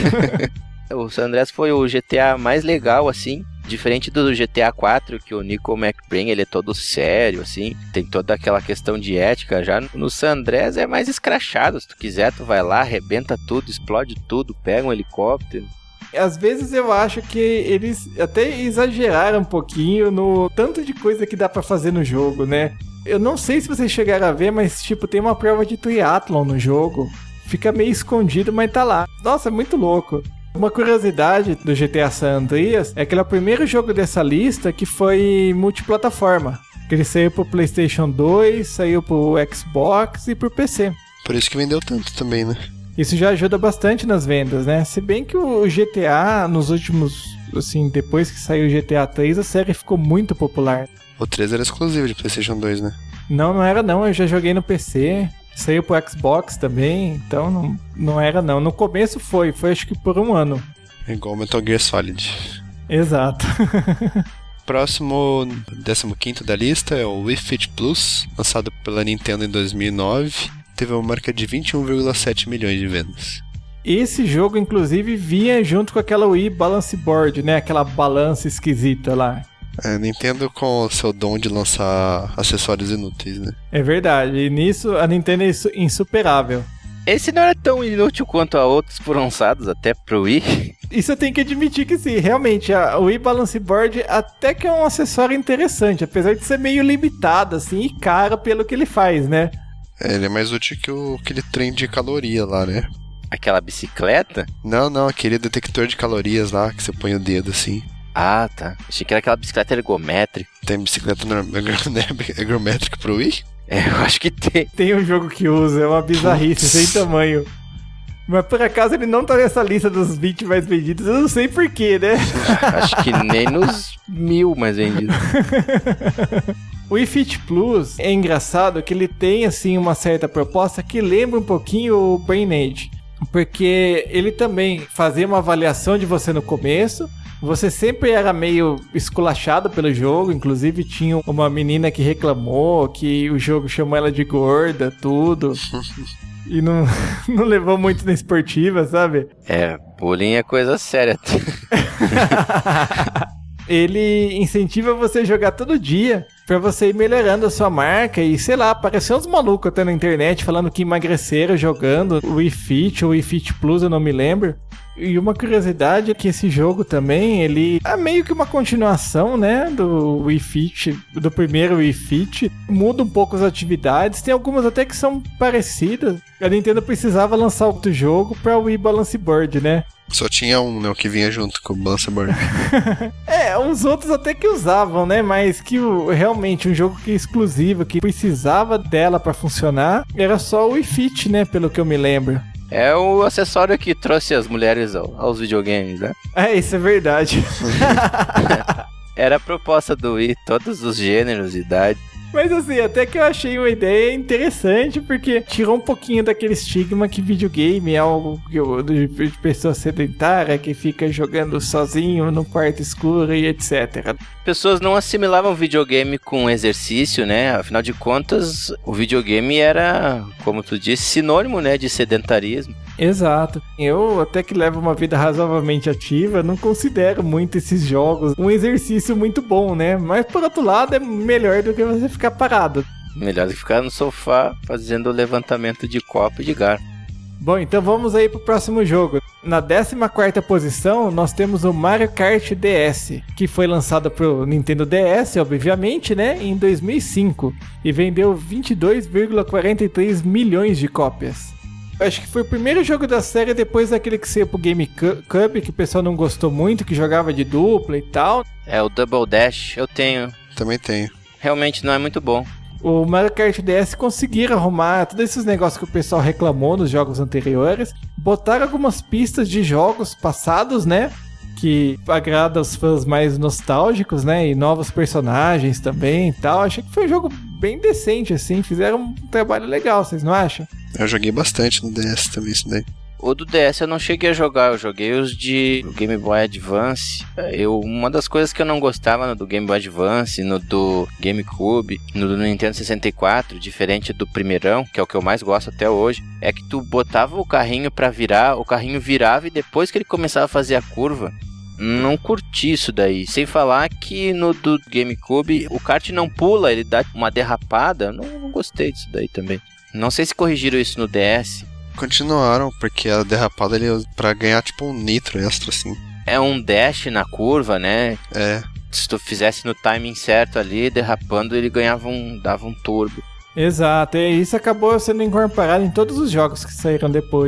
O San Andreas foi o GTA mais legal, assim, diferente do GTA 4, que o Nico McBrain, ele é todo sério, assim, tem toda aquela questão de ética. Já no San Andreas é mais escrachado, se tu quiser tu vai lá, arrebenta tudo, explode tudo, pega um helicóptero. Às vezes eu acho que eles até exageraram um pouquinho no tanto de coisa que dá pra fazer no jogo, né? Eu não sei se vocês chegaram a ver, mas tipo, tem uma prova de triatlon no jogo. Fica meio escondido, mas tá lá. Nossa, é muito louco. Uma curiosidade do GTA San Andreas é que ele é o primeiro jogo dessa lista que foi multiplataforma. Ele saiu pro PlayStation 2, saiu pro Xbox e pro PC. Por isso que vendeu tanto também, né? Isso já ajuda bastante nas vendas, né? Se bem que o GTA, nos últimos, assim, depois que saiu o GTA 3, a série ficou muito popular. O 3 era exclusivo de PlayStation 2, né? Não era não, eu já joguei no PC, saiu pro Xbox também, então não era não. No começo foi acho que por um ano. É igual Metal Gear Solid. Exato. Próximo, 15º da lista é o Wii Fit Plus, lançado pela Nintendo em 2009. Teve uma marca de 21,7 milhões de vendas. Esse jogo, inclusive, vinha junto com aquela Wii Balance Board, né? Aquela balança esquisita lá. A Nintendo com o seu dom de lançar acessórios inúteis, né? É verdade, e nisso a Nintendo é insuperável. Esse não era tão inútil quanto a outros que foram lançados até pro Wii. Isso eu tenho que admitir que sim, realmente, a Wii Balance Board até que é um acessório interessante, apesar de ser meio limitado, assim, e caro pelo que ele faz, né? Ele é mais útil que aquele trem de caloria lá, né? Aquela bicicleta? Não, aquele detector de calorias lá, que você põe o dedo assim. Ah, tá. Achei que era aquela bicicleta ergométrica. Tem bicicleta ergométrica pro Wii? É, eu acho que tem. Tem um jogo que usa, é uma bizarrice, sem tamanho. Mas por acaso ele não tá nessa lista dos 20 mais vendidos, eu não sei porquê, né? Acho que nem nos 1000 mais vendidos. O Wii Fit Plus é engraçado que ele tem, assim, uma certa proposta que lembra um pouquinho o Brain Age. Porque ele também fazia uma avaliação de você no começo. Você sempre era meio esculachado pelo jogo. Inclusive tinha uma menina que reclamou que o jogo chamou ela de gorda, tudo. E não levou muito na esportiva, sabe? É, bullying é coisa séria. Ele incentiva você a jogar todo dia pra você ir melhorando a sua marca e, sei lá, apareceu uns malucos até na internet falando que emagreceram jogando o Wii Fit ou Wii Fit Plus, eu não me lembro. E uma curiosidade é que esse jogo também, ele é meio que uma continuação, né, do Wii Fit, do primeiro Wii Fit. Muda um pouco as atividades, tem algumas até que são parecidas. A Nintendo precisava lançar outro jogo pra Wii Balance Board, né? Só tinha um, né, o que vinha junto com o Balance Board. Uns outros até que usavam, né, mas que realmente um jogo que é exclusivo, que precisava dela pra funcionar, era só o Wii Fit, né, pelo que eu me lembro. É o acessório que trouxe as mulheres aos videogames, né? É, isso é verdade. Era a proposta do Wii, todos os gêneros e idade. Mas assim, até que eu achei uma ideia interessante, porque tirou um pouquinho daquele estigma que videogame é algo de pessoa sedentária, que fica jogando sozinho no quarto escuro e etc. Pessoas não assimilavam videogame com exercício, né? Afinal de contas, o videogame era, como tu disse, sinônimo, né, de sedentarismo. Exato. Eu até que levo uma vida razoavelmente ativa, não considero muito esses jogos um exercício muito bom, né? Mas por outro lado é melhor do que você ficar parado. Melhor do que ficar no sofá fazendo levantamento de copo e de garfo. Bom, então vamos aí pro próximo jogo. Na 14ª posição, nós temos o Mario Kart DS, que foi lançado pro Nintendo DS, obviamente, né, em 2005, e vendeu 22,43 milhões de cópias. Acho que foi o primeiro jogo da série depois daquele que saiu pro GameCube, que o pessoal não gostou muito, que jogava de dupla e tal. É o Double Dash, eu tenho. Também tenho. Realmente não é muito bom. O Mario Kart DS conseguiram arrumar todos esses negócios que o pessoal reclamou nos jogos anteriores. Botaram algumas pistas de jogos passados, né? Que agrada os fãs mais nostálgicos, né? E novos personagens também e tal. Achei que foi um jogo bem decente, assim. Fizeram um trabalho legal, vocês não acham? Eu joguei bastante no DS também, isso daí. O do DS eu não cheguei a jogar, eu joguei os de Game Boy Advance. Uma das coisas que eu não gostava no do Game Boy Advance, no do GameCube, no do Nintendo 64, diferente do primeirão, que é o que eu mais gosto até hoje, é que tu botava o carrinho pra virar, o carrinho virava e depois que ele começava a fazer a curva, não curti isso daí. Sem falar que no do GameCube o kart não pula, ele dá uma derrapada. Não gostei disso daí também. Não sei se corrigiram isso no DS. Continuaram, porque a derrapada ele pra ganhar tipo um nitro extra, assim. É um dash na curva, né? É. Se tu fizesse no timing certo ali, derrapando, ele dava um turbo. Exato, e isso acabou sendo incorporado em todos os jogos que saíram depois.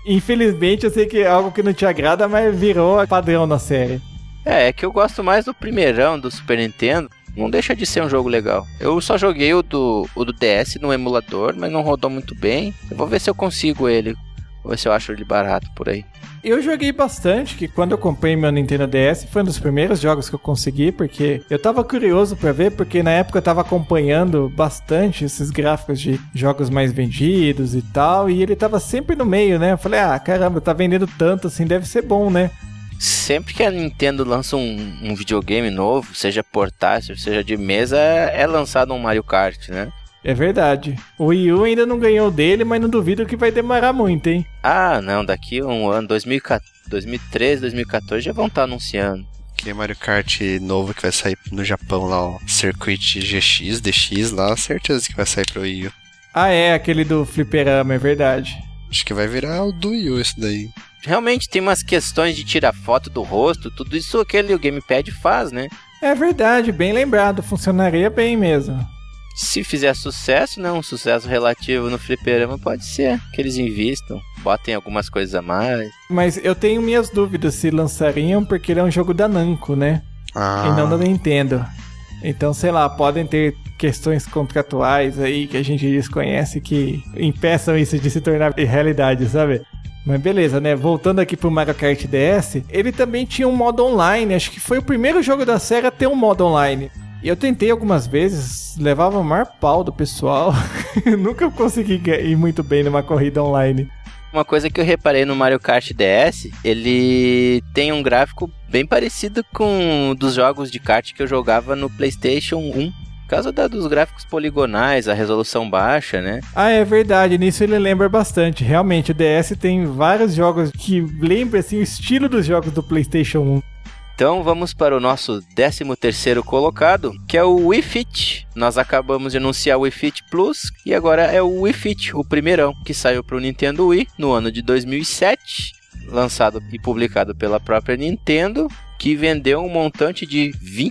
Infelizmente, eu sei que é algo que não te agrada, mas virou padrão na série. É que eu gosto mais do primeirão do Super Nintendo. Não deixa de ser um jogo legal. Eu só joguei o do DS no emulador, mas não rodou muito bem. Eu vou ver se eu consigo ele. Vou ver se eu acho ele barato por aí. Eu joguei bastante, que quando eu comprei meu Nintendo DS foi um dos primeiros jogos que eu consegui, porque eu tava curioso pra ver, porque na época eu tava acompanhando bastante esses gráficos de jogos mais vendidos e tal, e ele tava sempre no meio, né? Eu falei, caramba, tá vendendo tanto assim, deve ser bom, né? Sempre que a Nintendo lança um videogame novo, seja portátil, seja de mesa, é lançado um Mario Kart, né? É verdade. O Wii U ainda não ganhou dele, mas não duvido que vai demorar muito, hein? Não, daqui a um ano, 2013, 2014 já vão estar anunciando. Que Mario Kart novo que vai sair no Japão lá, ó. Circuit GX, DX lá, certeza que vai sair pro Wii U. Aquele do fliperama, é verdade. Acho que vai virar o do Wii U esse daí. Realmente tem umas questões de tirar foto do rosto, tudo isso o gamepad faz, né? É verdade, bem lembrado, funcionaria bem mesmo. Se fizer sucesso, né, um sucesso relativo no fliperama, pode ser que eles invistam, botem algumas coisas a mais. Mas eu tenho minhas dúvidas se lançariam, porque ele é um jogo da Namco, né? E não da Nintendo. Então, sei lá, podem ter questões contratuais aí que a gente desconhece que impeçam isso de se tornar realidade, sabe? Mas beleza, né? Voltando aqui pro Mario Kart DS, ele também tinha um modo online. Acho que foi o primeiro jogo da série a ter um modo online. E eu tentei algumas vezes, levava o maior pau do pessoal. Nunca consegui ir muito bem numa corrida online. Uma coisa que eu reparei no Mario Kart DS, ele tem um gráfico bem parecido com dos jogos de kart que eu jogava no PlayStation 1. Por causa dos gráficos poligonais, a resolução baixa, né? É verdade, nisso ele lembra bastante. Realmente, o DS tem vários jogos que lembram assim, o estilo dos jogos do PlayStation 1. Então vamos para o nosso 13º colocado, que é o Wii Fit. Nós acabamos de anunciar o Wii Fit Plus e agora é o Wii Fit, o primeirão, que saiu para o Nintendo Wii no ano de 2007, lançado e publicado pela própria Nintendo, que vendeu um montante de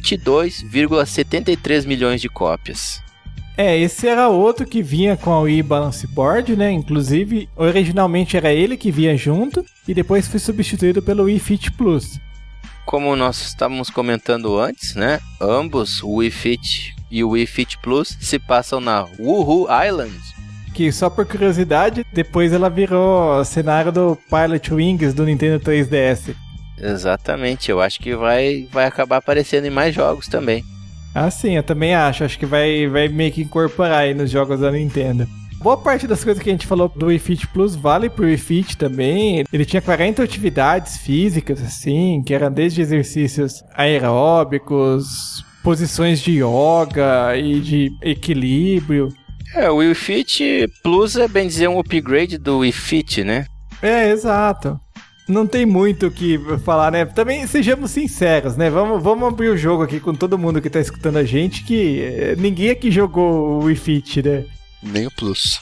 22,73 milhões de cópias. Esse era outro que vinha com a Wii Balance Board, né? Inclusive, originalmente era ele que vinha junto e depois foi substituído pelo Wii Fit Plus. Como nós estávamos comentando antes, né? Ambos, o Wii Fit e o Wii Fit Plus, se passam na Wuhu Island. Que só por curiosidade, depois ela virou cenário do Pilot Wings do Nintendo 3DS. Exatamente, eu acho que vai acabar aparecendo em mais jogos também. Sim, eu também acho. Acho que vai meio que incorporar aí nos jogos da Nintendo. Boa parte das coisas que a gente falou do Wii Fit Plus vale pro Wii Fit também. Ele tinha 40 atividades físicas, assim, que eram desde exercícios aeróbicos, posições de yoga e de equilíbrio. O Wii Fit Plus é, bem dizer, um upgrade do Wii Fit, né? Exato. Não tem muito o que falar, né? Também sejamos sinceros, né? Vamos abrir o jogo aqui com todo mundo que tá escutando a gente, que ninguém aqui jogou o Wii Fit, né? Nem o Plus.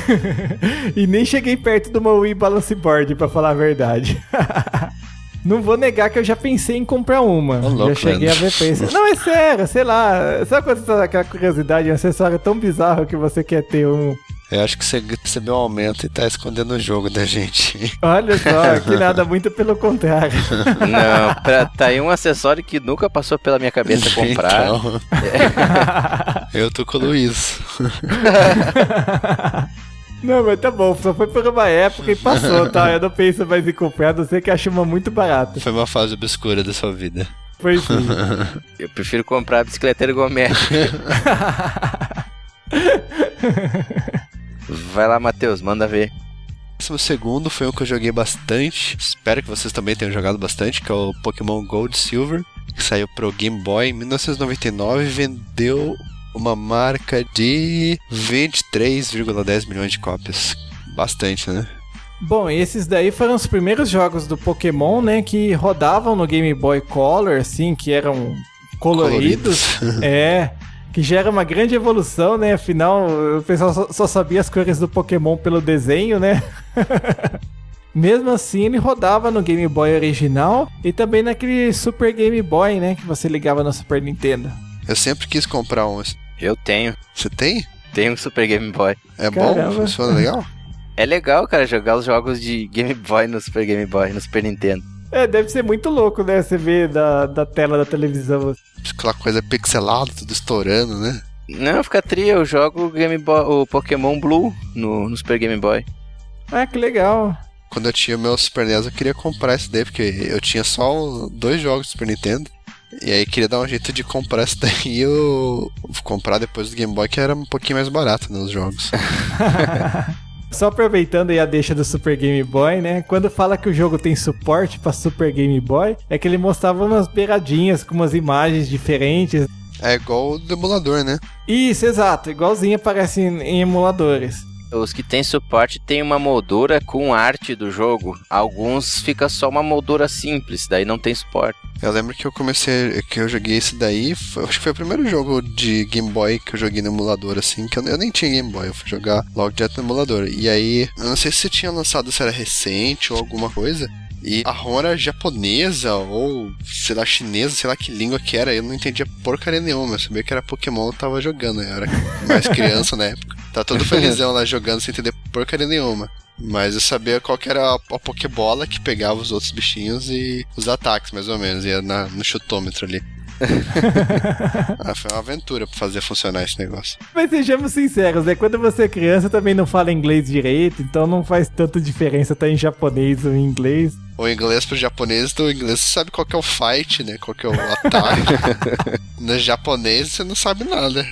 E nem cheguei perto do meu Wii Balance Board, pra falar a verdade. Não vou negar que eu já pensei em comprar uma. Louco, já cheguei a ver preço. Não, é sério, sei lá. Sabe quando você tá aquela curiosidade, um acessório tão bizarro que você quer ter um... Eu acho que você recebeu um aumento e tá escondendo o jogo da gente. Olha só, que nada, muito pelo contrário. Não, tá aí um acessório que nunca passou pela minha cabeça comprar. Então, eu tô com o Luiz. Não, mas tá bom, só foi por uma época e passou, tá? Eu não penso mais em comprar, não sei que acho uma muito barata. Foi uma fase obscura da sua vida. Foi sim. Eu prefiro comprar a bicicleta ergométrica. Vai lá, Matheus, manda ver. O segundo foi um que eu joguei bastante. Espero que vocês também tenham jogado bastante, que é o Pokémon Gold Silver, que saiu pro Game Boy em 1999 e vendeu uma marca de 23,10 milhões de cópias. Bastante, né? Bom, esses daí foram os primeiros jogos do Pokémon, né, que rodavam no Game Boy Color, assim, que eram coloridos. Que já era uma grande evolução, né? Afinal, o pessoal só sabia as cores do Pokémon pelo desenho, né? Mesmo assim, ele rodava no Game Boy original e também naquele Super Game Boy, né? Que você ligava no Super Nintendo. Eu sempre quis comprar um. Eu tenho. Você tem? Tenho um Super Game Boy. É Caramba. bom? Funciona legal? É legal, cara, jogar os jogos de Game Boy no Super Game Boy, no Super Nintendo. Deve ser muito louco, né? Você vê da tela da televisão. Aquela coisa pixelada, tudo estourando, né? Não, fica tria, eu jogo o Pokémon Blue no Super Game Boy. Ah, que legal. Quando eu tinha o meu Super NES, eu queria comprar esse daí, porque eu tinha só 2 jogos do Super Nintendo. E aí queria dar um jeito de comprar esse daí e eu comprar depois do Game Boy, que era um pouquinho mais barato nos jogos. Só aproveitando aí a deixa do Super Game Boy, né? Quando fala que o jogo tem suporte pra Super Game Boy, é que ele mostrava umas beiradinhas com umas imagens diferentes. É igual o do emulador, né? Isso, exato. Igualzinho aparece em emuladores. Os que tem suporte tem uma moldura com arte do jogo. Alguns fica só uma moldura simples, daí não tem suporte. Eu lembro que eu joguei esse daí, acho que foi o primeiro jogo de Game Boy que eu joguei no emulador, assim, que eu nem tinha Game Boy, eu fui jogar logo direto no emulador. E aí, eu não sei se tinha lançado, se era recente ou alguma coisa, e a ROM era japonesa ou, sei lá, chinesa, sei lá que língua que era, eu não entendia porcaria nenhuma, eu sabia que era Pokémon, eu tava jogando, eu era mais criança na época. Tá todo felizão lá jogando sem entender porcaria nenhuma. Mas eu sabia qual que era a Pokébola que pegava os outros bichinhos e os ataques, mais ou menos. Ia no chutômetro ali. Foi uma aventura pra fazer funcionar esse negócio. Mas sejamos sinceros, né? Quando você é criança também não fala inglês direito, então não faz tanta diferença estar em japonês ou em inglês. O inglês pro japonês, o inglês você sabe qual que é o fight, né? Qual que é o ataque. No japonês você não sabe nada.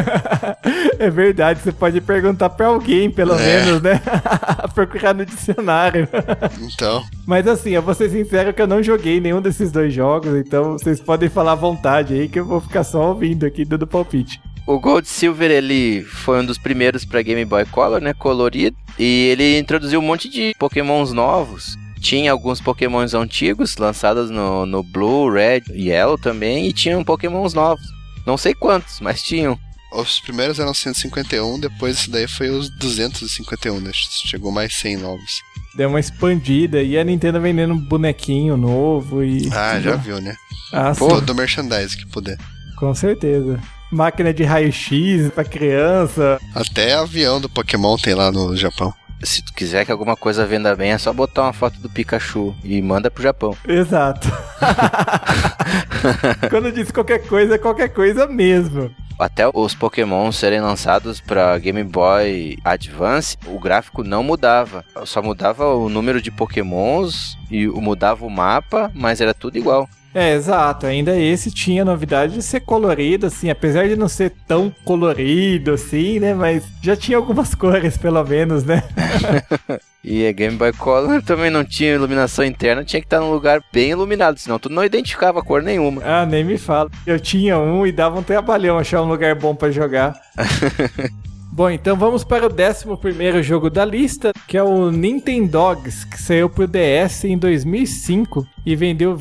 É verdade, você pode perguntar pra alguém, pelo menos, né? Procurar no dicionário. Então. Mas assim, eu vou ser sincero que eu não joguei nenhum desses 2 jogos, então vocês podem falar à vontade aí que eu vou ficar só ouvindo aqui, dando palpite. O Gold Silver, ele foi um dos primeiros pra Game Boy Color, né? Colorido. E ele introduziu um monte de Pokémons novos. Tinha alguns Pokémons antigos, lançados no Blue, Red e Yellow também, e tinham Pokémons novos. Não sei quantos, mas tinham. Os primeiros eram 151, depois esse daí foi os 251, né? Chegou mais 100 novos. Deu uma expandida, e a Nintendo vendendo um bonequinho novo e... Ah, já viu, né? Todo merchandise que puder. Com certeza. Máquina de raio-x pra criança. Até avião do Pokémon tem lá no Japão. Se tu quiser que alguma coisa venda bem, é só botar uma foto do Pikachu e manda pro Japão. Exato. Quando eu disse qualquer coisa, é qualquer coisa mesmo. Até os Pokémon serem lançados pra Game Boy Advance, o gráfico não mudava. Só mudava o número de Pokémons e mudava o mapa, mas era tudo igual. Exato. Ainda esse tinha a novidade de ser colorido, assim, apesar de não ser tão colorido, assim, né? Mas já tinha algumas cores, pelo menos, né? E a Game Boy Color também não tinha iluminação interna, tinha que estar num lugar bem iluminado, senão tu não identificava cor nenhuma. Ah, nem me fala. Eu tinha um e dava um trabalhão achar um lugar bom pra jogar. Bom, então vamos para o 11º jogo da lista, que é o Nintendogs, que saiu pro DS em 2005 e vendeu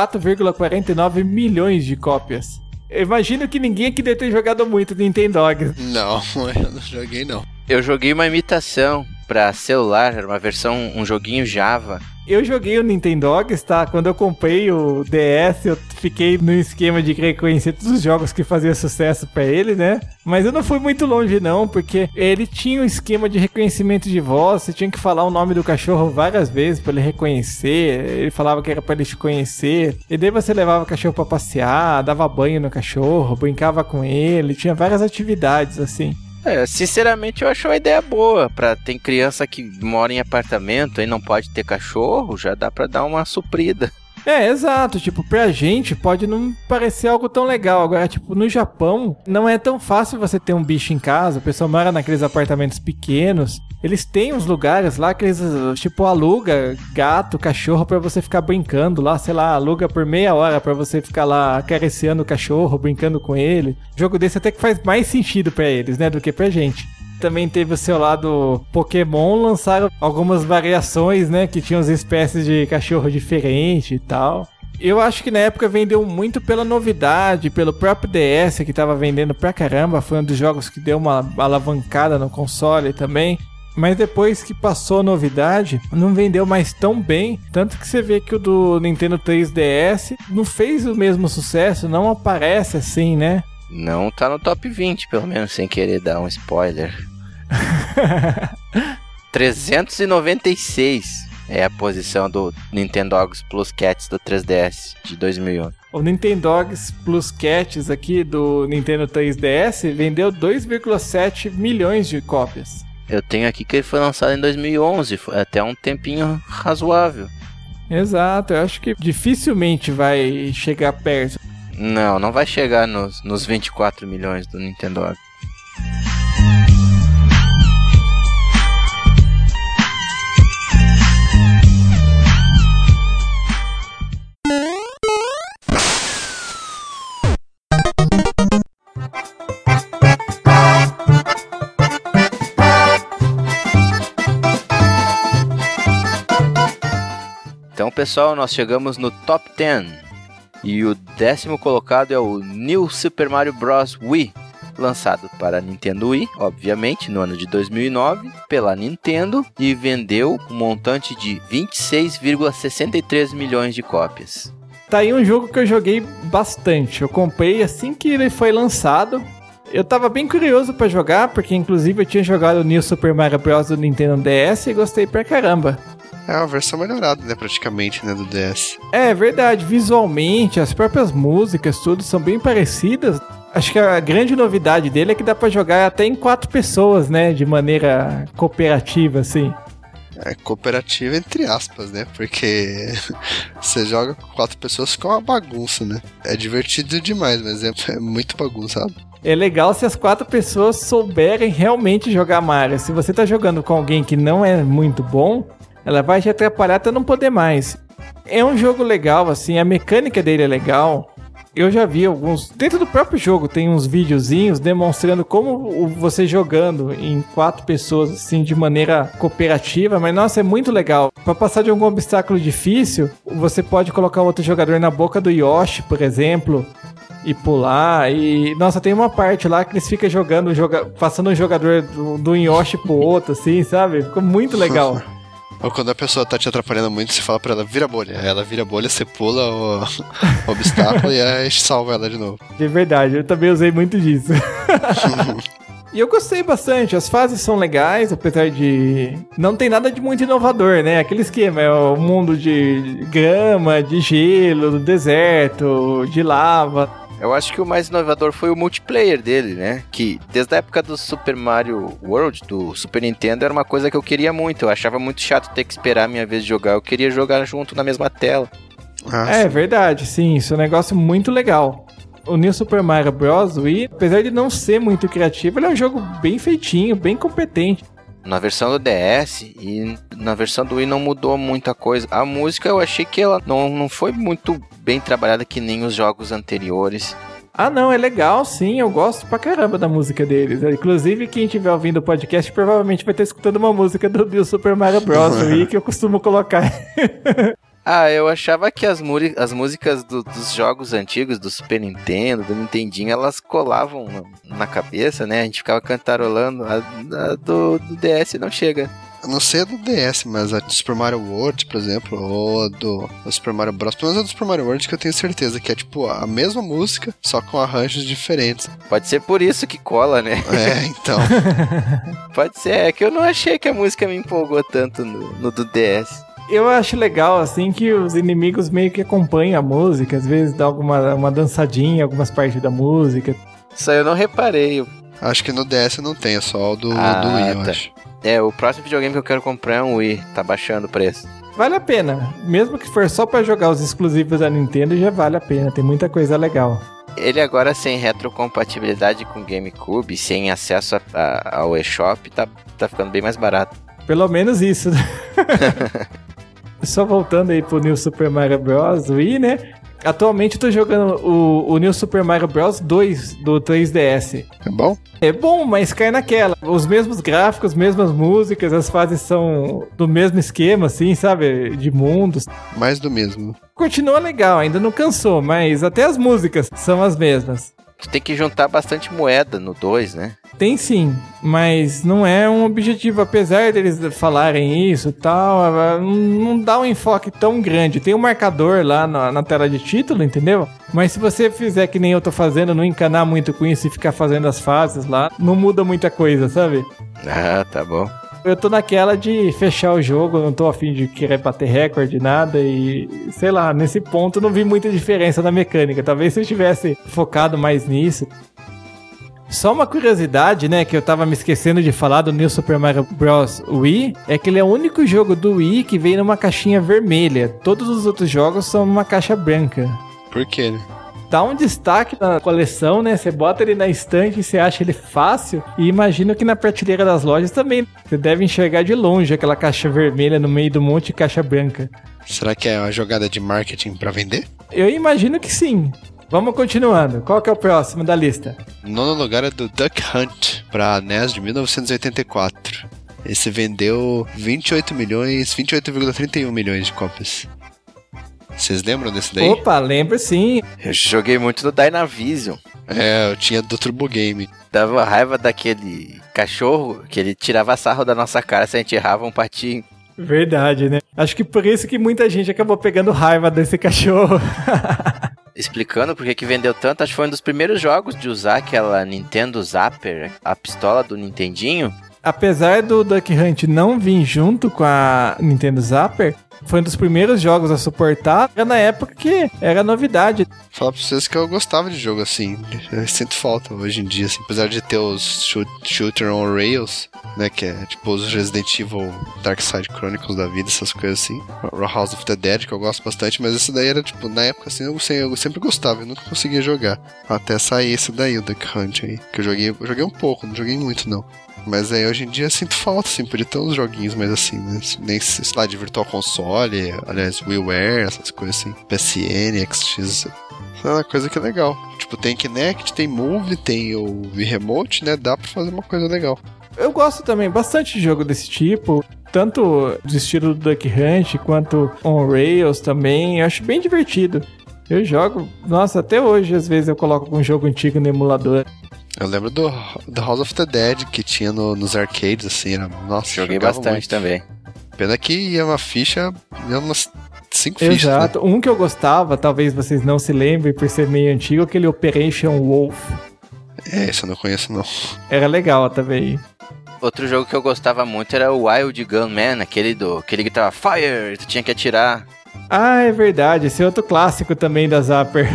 24,49 milhões de cópias. Eu imagino que ninguém aqui deve ter jogado muito Nintendogs. Não, eu não joguei não. Eu joguei uma imitação pra celular, era uma versão, um joguinho Java. Eu joguei o Nintendogs, tá? Quando eu comprei o DS, eu fiquei no esquema de reconhecer todos os jogos que faziam sucesso pra ele, né? Mas eu não fui muito longe não, porque ele tinha um esquema de reconhecimento de voz, você tinha que falar o nome do cachorro várias vezes pra ele reconhecer, ele falava que era pra ele te conhecer, e daí você levava o cachorro pra passear, dava banho no cachorro, brincava com ele, tinha várias atividades assim. Sinceramente eu acho uma ideia boa. Tem criança que mora em apartamento e não pode ter cachorro, já dá pra dar uma suprida. Exato, tipo, pra gente pode não parecer algo tão legal, agora, tipo, no Japão não é tão fácil você ter um bicho em casa, a pessoa mora naqueles apartamentos pequenos, eles têm uns lugares lá que eles, tipo, aluga gato, cachorro pra você ficar brincando lá, sei lá, aluga por meia hora pra você ficar lá acariciando o cachorro, brincando com ele. Jogo desse até que faz mais sentido pra eles, né, do que pra gente. Também teve o seu lado Pokémon, lançaram algumas variações, né, que tinham as espécies de cachorro diferente e tal. Eu acho que na época vendeu muito pela novidade, pelo próprio DS que tava vendendo pra caramba, foi um dos jogos que deu uma alavancada no console também. Mas depois que passou a novidade, não vendeu mais tão bem, tanto que você vê que o do Nintendo 3DS não fez o mesmo sucesso, não aparece assim, né? Não tá no top 20, pelo menos, sem querer dar um spoiler. 396 é a posição do Nintendogs Plus Cats do 3DS de 2001. O Nintendogs Plus Cats aqui do Nintendo 3DS vendeu 2,7 milhões de cópias. Eu tenho aqui que ele foi lançado em 2011, foi até um tempinho razoável. Exato, eu acho que dificilmente vai chegar perto. Não vai chegar nos 24 milhões do Nintendogs. Então, pessoal, nós chegamos no Top 10. E o 10º colocado é o New Super Mario Bros. Wii, lançado para Nintendo Wii, obviamente, no ano de 2009, pela Nintendo, e vendeu um montante de 26,63 milhões de cópias. Tá aí um jogo que eu joguei bastante. Eu comprei assim que ele foi lançado. Eu tava bem curioso pra jogar, porque inclusive eu tinha jogado o New Super Mario Bros. Do Nintendo DS e gostei pra caramba. É uma versão melhorada, né, praticamente, né, do DS. É verdade, visualmente, as próprias músicas, tudo são bem parecidas. Acho que a grande novidade dele é que dá pra jogar até em 4 pessoas, né, de maneira cooperativa, assim. É cooperativa entre aspas, né, porque você joga com 4 pessoas, fica uma bagunça, né. É divertido demais, mas é muito bagunçado. É legal se as 4 pessoas souberem realmente jogar Mario. Se você tá jogando com alguém que não é muito bom, ela vai te atrapalhar até não poder mais. É um jogo legal, assim, a mecânica dele é legal. Eu já vi alguns... Dentro do próprio jogo tem uns videozinhos demonstrando como você jogando em 4 pessoas, assim, de maneira cooperativa. Mas, nossa, é muito legal. Para passar de algum obstáculo difícil, você pode colocar outro jogador na boca do Yoshi, por exemplo, e pular. E, nossa, tem uma parte lá que eles ficam jogando, passando um jogador do Yoshi pro outro, assim, sabe? Ficou muito legal. Ou quando a pessoa tá te atrapalhando muito, você fala pra ela, vira bolha. Ela vira bolha, você pula o obstáculo e aí salva ela de novo. De verdade, eu também usei muito disso. E eu gostei bastante, as fases são legais, apesar de... Não tem nada de muito inovador, né? Aquele esquema, é o mundo de grama, de gelo, do deserto, de lava... Eu acho que o mais inovador foi o multiplayer dele, né? Que desde a época do Super Mario World, do Super Nintendo, era uma coisa que eu queria muito. Eu achava muito chato ter que esperar a minha vez de jogar. Eu queria jogar junto na mesma tela. É verdade, sim. Isso é um negócio muito legal. O New Super Mario Bros. Wii, apesar de não ser muito criativo, ele é um jogo bem feitinho, bem competente. Na versão do DS e na versão do Wii não mudou muita coisa. A música eu achei que ela não foi muito bem trabalhada que nem os jogos anteriores. Ah não, é legal sim, eu gosto pra caramba da música deles. Inclusive quem estiver ouvindo o podcast provavelmente vai estar escutando uma música do New Super Mario Bros. Wii que eu costumo colocar. Ah, eu achava que as músicas dos jogos antigos, do Super Nintendo, do Nintendinho, elas colavam na cabeça, né? A gente ficava cantarolando. A do DS não chega. Eu não sei a do DS, mas a do Super Mario World, por exemplo, ou a do Super Mario Bros. Pelo menos a do Super Mario World que eu tenho certeza que é tipo a mesma música, só com arranjos diferentes. Pode ser por isso que cola, né? É, então. Pode ser, é que eu não achei que a música me empolgou tanto no do DS. Eu acho legal, assim, que os inimigos meio que acompanham a música, às vezes dá uma dançadinha em algumas partes da música. Isso aí eu não reparei. Acho que no DS não tem, é só o do Wii, eu acho. É, o próximo videogame que eu quero comprar é um Wii, tá baixando o preço. Vale a pena, mesmo que for só pra jogar os exclusivos da Nintendo, já vale a pena, tem muita coisa legal. Ele agora sem retrocompatibilidade com o GameCube, sem acesso ao eShop, tá ficando bem mais barato. Pelo menos isso. Só voltando aí pro New Super Mario Bros. Wii, né? Atualmente eu tô jogando o New Super Mario Bros. 2 do 3DS. É bom? É bom, mas cai naquela. Os mesmos gráficos, mesmas músicas, as fases são do mesmo esquema, assim, sabe? De mundos. Mais do mesmo. Continua legal, ainda não cansou, mas até as músicas são as mesmas. Tu tem que juntar bastante moeda no 2, né? Tem sim, mas não é um objetivo, apesar deles falarem isso e tal, não dá um enfoque tão grande. Tem um marcador lá na tela de título, entendeu? Mas se você fizer que nem eu tô fazendo, não encanar muito com isso e ficar fazendo as fases lá, não muda muita coisa, sabe? Ah, tá bom. Eu tô naquela de fechar o jogo, não tô a fim de querer bater recorde, nada, e sei lá, nesse ponto não vi muita diferença na mecânica. Talvez se eu tivesse focado mais nisso. Só uma curiosidade, né, que eu tava me esquecendo de falar do New Super Mario Bros. Wii, é que ele é o único jogo do Wii que vem numa caixinha vermelha. Todos os outros jogos são numa caixa branca. Por quê, né? Dá um destaque na coleção, né? Você bota ele na estante e você acha ele fácil. E imagino que na prateleira das lojas também. Você deve enxergar de longe aquela caixa vermelha no meio do monte de caixa branca. Será que é uma jogada de marketing pra vender? Eu imagino que sim. Vamos continuando. Qual que é o próximo da lista? Nono lugar é do Duck Hunt pra NES de 1984. Esse vendeu 28,31 milhões de cópias. Vocês lembram desse daí? Opa, lembro sim. Eu joguei muito no Dynavision. É, eu tinha do Turbo Game. Dava raiva daquele cachorro que ele tirava sarro da nossa cara se a gente errava um patinho. Verdade, né? Acho que por isso que muita gente acabou pegando raiva desse cachorro. Explicando por que vendeu tanto, acho que foi um dos primeiros jogos de usar aquela Nintendo Zapper, a pistola do Nintendinho. Apesar do Duck Hunt não vir junto com a Nintendo Zapper, foi um dos primeiros jogos a suportar. Era na época que era novidade. Falar pra vocês que eu gostava de jogo assim. Eu sinto falta hoje em dia, assim. Apesar de ter os Shooter on Rails, né? Que é tipo os Resident Evil Dark Side Chronicles da vida, essas coisas assim. O House of the Dead, que eu gosto bastante. Mas esse daí era tipo, na época assim, eu sempre gostava. Eu nunca conseguia jogar. Até sair esse daí, o Duck Hunt aí. Que eu joguei um pouco, não joguei muito não. Mas aí hoje em dia eu sinto falta, assim, podia ter uns joguinhos mais assim, né? Nem, sei lá, de Virtual Console, aliás, WiiWare, essas coisas assim, PSN, XX, é uma coisa que é legal. Tipo, tem Kinect, tem Move, tem o Wii Remote, né? Dá pra fazer uma coisa legal. Eu gosto também bastante de jogo desse tipo, tanto do estilo do Duck Hunt, quanto on Rails também, eu acho bem divertido. Eu jogo, nossa, até hoje às vezes eu coloco algum jogo antigo no emulador. Eu lembro do House of the Dead que tinha nos arcades, assim, era, nossa, joguei bastante muito. Também. Pena que ia uma ficha, ia umas 5 fichas. Exato, né? Um que eu gostava, talvez vocês não se lembrem por ser meio antigo, aquele Operation Wolf. É, esse eu não conheço não. Era legal também. Outro jogo que eu gostava muito era o Wild Gunman, aquele que tava Fire, tu tinha que atirar. Ah, é verdade, esse é outro clássico também da Zapper.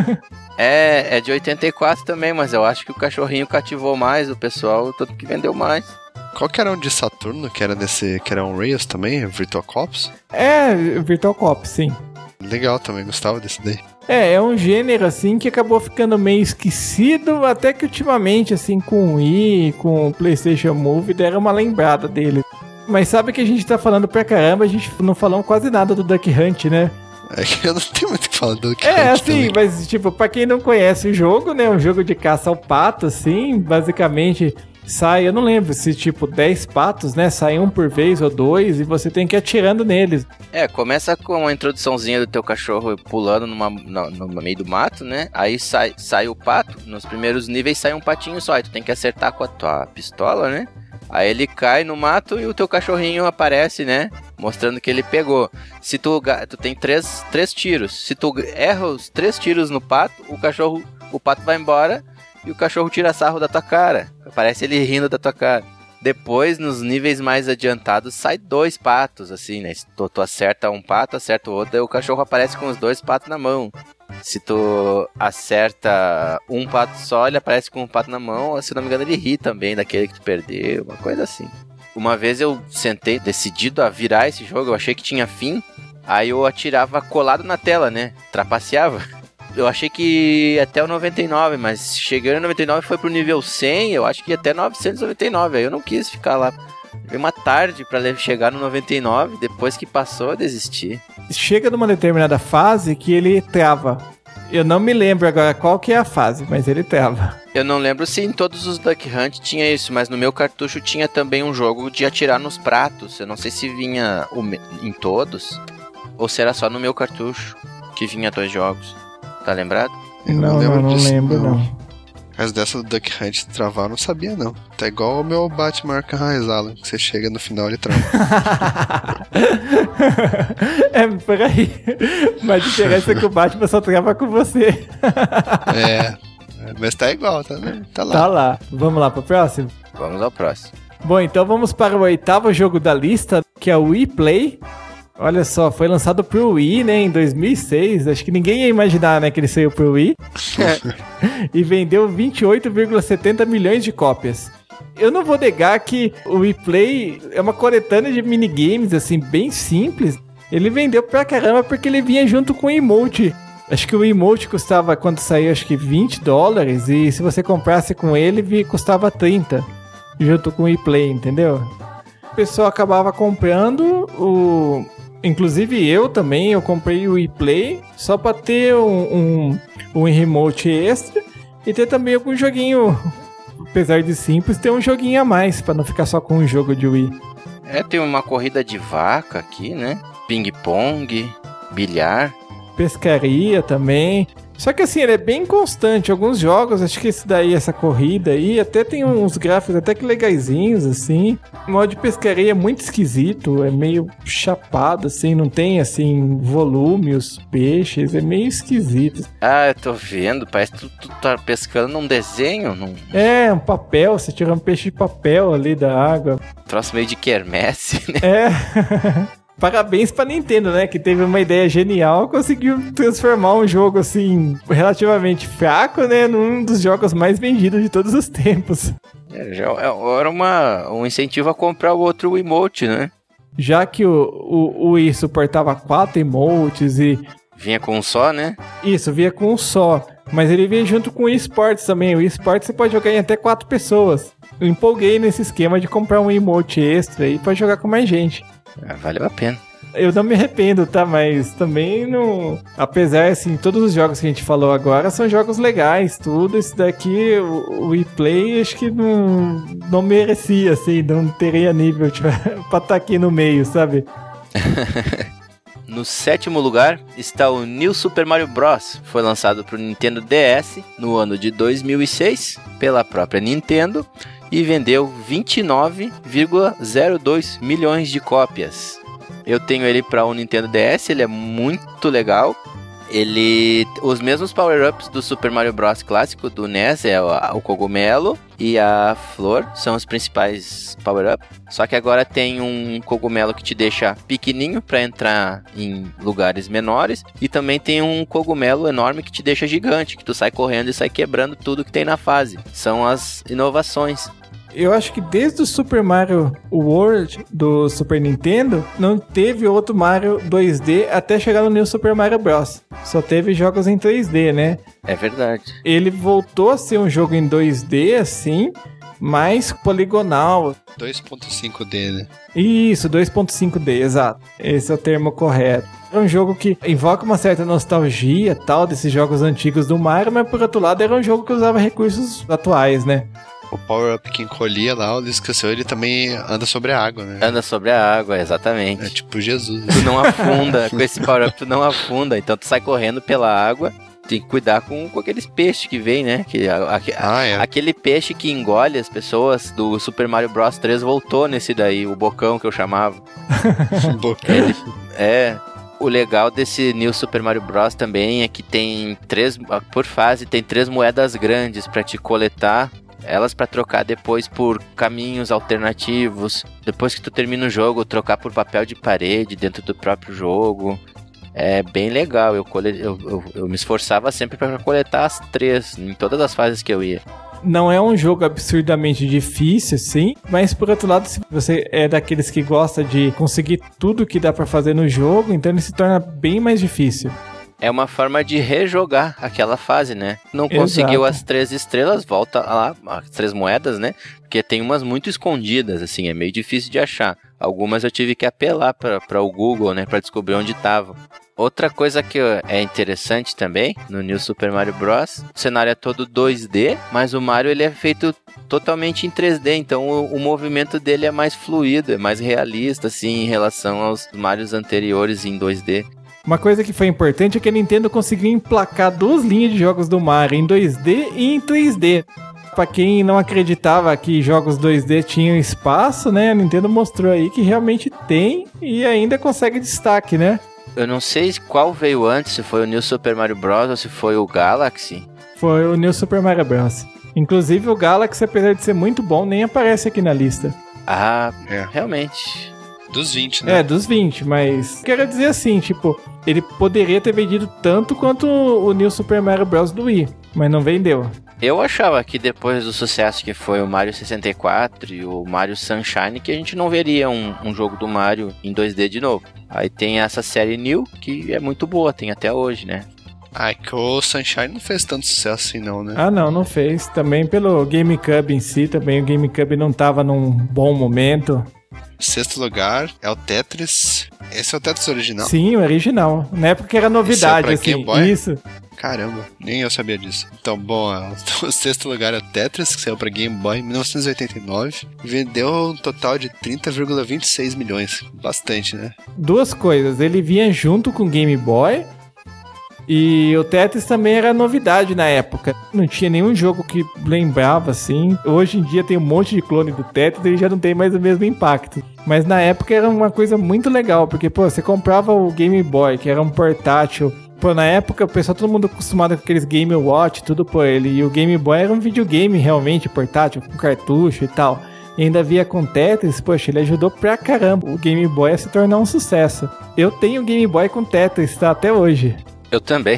É de 84 também, mas eu acho que o cachorrinho cativou mais o pessoal, tanto que vendeu mais. Qual que era um de Saturno, que era um Rails também, Virtual Cops? É, Virtual Cop, sim. Legal também, gostava desse daí. É um gênero, assim, que acabou ficando meio esquecido, até que ultimamente, assim, com o Wii, com o PlayStation Move, deram uma lembrada dele. Mas sabe que a gente tá falando pra caramba, a gente não falou quase nada do Duck Hunt, né? É que eu não tenho muito o que falar do Duck Hunt. É, assim, também. mas, tipo, pra quem não conhece o jogo, né, um jogo de caça ao pato, assim, basicamente sai, eu não lembro se, tipo, 10 patos, né, sai um por vez ou 2, e você tem que ir atirando neles. Começa com uma introduçãozinha do teu cachorro pulando no meio do mato, né? Aí sai o pato, nos primeiros níveis sai um patinho só, aí tu tem que acertar com a tua pistola, né? Aí ele cai no mato e o teu cachorrinho aparece, né? Mostrando que ele pegou. Se tu tem três tiros. Se tu erra os 3 tiros no pato, o pato vai embora e o cachorro tira sarro da tua cara. Aparece ele rindo da tua cara. Depois, nos níveis mais adiantados, sai 2 patos, assim, né? Se tu acerta um pato, acerta o outro, aí o cachorro aparece com os 2 patos na mão. Se tu acerta um pato só, ele aparece com um pato na mão. Se não me engano, ele ri também daquele que tu perdeu, uma coisa assim. Uma vez eu sentei decidido a virar esse jogo, eu achei que tinha fim. Aí eu atirava colado na tela, né? Trapaceava. Eu achei que até o 99, mas chegando no 99 foi pro nível 100, eu acho que até 999. Aí eu não quis ficar lá. Veio uma tarde pra chegar no 99, depois que passou eu desisti. Chega numa determinada fase que ele trava. Eu não me lembro agora qual que é a fase, mas ele trava. Eu não lembro se em todos os Duck Hunt tinha isso, mas no meu cartucho tinha também um jogo de atirar nos pratos. Eu não sei se vinha em todos, ou se era só no meu cartucho que vinha 2 jogos. Tá lembrado? Eu não lembro, não. Mas dessa do Duck Hunt travar, eu não sabia, não. Tá igual o meu Batman Arkham Asylum, que você chega no final e trava. É, por aí. Mas a diferença é que o Batman só trava com você. É, mas tá igual, tá, né? Tá lá. Tá lá. Vamos lá pro próximo? Vamos ao próximo. Bom, então vamos para o 8º jogo da lista, que é o Wii Play. Olha só, foi lançado pro Wii, né, em 2006. Acho que ninguém ia imaginar, né, que ele saiu pro Wii. E vendeu 28,70 milhões de cópias. Eu não vou negar que o Wii Play é uma coletânea de minigames, assim, bem simples. Ele vendeu pra caramba porque ele vinha junto com o emote. Acho que o emote custava, quando saiu, acho que $20. E se você comprasse com ele, custava 30. Junto com o Wii Play, entendeu? O pessoal acabava comprando o... Inclusive eu também, eu comprei o Wii Play só pra ter um remote extra e ter também algum joguinho, apesar de simples, ter um joguinho a mais pra não ficar só com um jogo de Wii. Tem uma corrida de vaca aqui, né? Ping-pong, bilhar. Pescaria também. Só que assim, ele é bem constante. Alguns jogos, acho que esse daí, essa corrida aí, até tem uns gráficos até que legaisinhos, assim. O modo de pescaria é muito esquisito, é meio chapado, assim, não tem, assim, volume, os peixes, é meio esquisito. Ah, eu tô vendo, parece que tu tá pescando num desenho. É, um papel, você tira um peixe de papel ali da água. Troço meio de quermesse, né? É... Parabéns pra Nintendo, né? Que teve uma ideia genial, conseguiu transformar um jogo, assim, relativamente fraco, né? Num dos jogos mais vendidos de todos os tempos. Já era um incentivo a comprar o outro emote, né? Já que o Wii suportava 4 emotes e... Vinha com um só, né? Isso, vinha com um só. Mas ele vinha junto com o eSports também. O eSports você pode jogar em até 4 pessoas. Eu empolguei nesse esquema de comprar um emote extra aí pra jogar com mais gente. Valeu a pena. Eu não me arrependo, tá? Mas também não... Apesar, assim, todos os jogos que a gente falou agora são jogos legais, tudo. Esse daqui, o Wii Play, acho que não merecia, assim, não teria nível pra estar aqui no meio, sabe? No 7º lugar está o New Super Mario Bros. Foi lançado para o Nintendo DS no ano de 2006 pela própria Nintendo e vendeu 29,02 milhões de cópias. Eu tenho ele para o Nintendo DS, ele é muito legal. Os mesmos power-ups do Super Mario Bros. Clássico do NES, o cogumelo e a flor, são os principais power-ups. Só que agora tem um cogumelo que te deixa pequenininho para entrar em lugares menores. E também tem um cogumelo enorme que te deixa gigante, que tu sai correndo e sai quebrando tudo que tem na fase. São as inovações. Eu acho que desde o Super Mario World do Super Nintendo, não teve outro Mario 2D até chegar no New Super Mario Bros. Só teve jogos em 3D, né? É verdade. Ele voltou a ser um jogo em 2D, assim, mais poligonal. 2.5D, né? Isso, 2.5D, exato. Esse é o termo correto. É um jogo que invoca uma certa nostalgia, tal, desses jogos antigos do Mario, mas por outro lado era um jogo que usava recursos atuais, né? O power-up que encolhia lá, ele esqueceu, ele também anda sobre a água, né? Anda sobre a água, exatamente. É tipo Jesus. Tu não afunda, com esse power-up tu não afunda, então tu sai correndo pela água, tem que cuidar com aqueles peixes que vem, né? Aquele peixe que engole as pessoas do Super Mario Bros 3 voltou nesse daí, o bocão que eu chamava. Bocão. O legal desse New Super Mario Bros também é que tem por fase, tem 3 moedas grandes pra te coletar. Elas pra trocar depois por caminhos alternativos. Depois que tu termina o jogo, trocar por papel de parede dentro do próprio jogo. É bem legal. Eu me esforçava sempre pra coletar as 3 em todas as fases que eu ia. Não é um jogo absurdamente difícil, sim, mas por outro lado, se você é daqueles que gosta de conseguir tudo que dá pra fazer no jogo, então ele se torna bem mais difícil. É uma forma de rejogar aquela fase, né? Não conseguiu as 3 estrelas, volta lá, as 3 moedas, né? Porque tem umas muito escondidas, assim, é meio difícil de achar. Algumas eu tive que apelar para o Google, né? Pra descobrir onde estavam. Outra coisa que é interessante também, no New Super Mario Bros., o cenário é todo 2D, mas o Mario ele é feito totalmente em 3D, então o movimento dele é mais fluido, é mais realista, assim, em relação aos Marios anteriores em 2D. Uma coisa que foi importante é que a Nintendo conseguiu emplacar 2 linhas de jogos do Mario em 2D e em 3D. Pra quem não acreditava que jogos 2D tinham espaço, né? A Nintendo mostrou aí que realmente tem e ainda consegue destaque, né? Eu não sei qual veio antes, se foi o New Super Mario Bros. Ou se foi o Galaxy. Foi o New Super Mario Bros. Inclusive o Galaxy, apesar de ser muito bom, nem aparece aqui na lista. Realmente. Dos 20, né? Dos 20, mas quero dizer assim, tipo, ele poderia ter vendido tanto quanto o New Super Mario Bros. Do Wii, mas não vendeu. Eu achava que depois do sucesso que foi o Mario 64 e o Mario Sunshine, que a gente não veria um jogo do Mario em 2D de novo. Aí tem essa série New, que é muito boa, tem até hoje, né? Que o Sunshine não fez tanto sucesso assim não, né? Não fez. Também pelo GameCube em si, também o GameCube não tava num bom momento. 6º lugar é o Tetris. Esse é o Tetris original? Sim, o original. Na época era novidade, pra assim. Game Boy? Isso. Caramba, nem eu sabia disso. Então, bom, o 6º lugar é o Tetris, que saiu pra Game Boy em 1989. Vendeu um total de 30,26 milhões. Bastante, né? Duas coisas. Ele vinha junto com o Game Boy. E o Tetris também era novidade na época. Não tinha nenhum jogo que lembrava assim. Hoje em dia tem um monte de clone do Tetris e ele já não tem mais o mesmo impacto. Mas na época era uma coisa muito legal, porque, você comprava o Game Boy, que era um portátil. Na época, o pessoal, todo mundo acostumado com aqueles Game Watch, tudo, e o Game Boy era um videogame realmente portátil, com cartucho e tal. E ainda via com Tetris, ele ajudou pra caramba o Game Boy a se tornar um sucesso. Eu tenho o Game Boy com Tetris, tá? Até hoje. Eu também.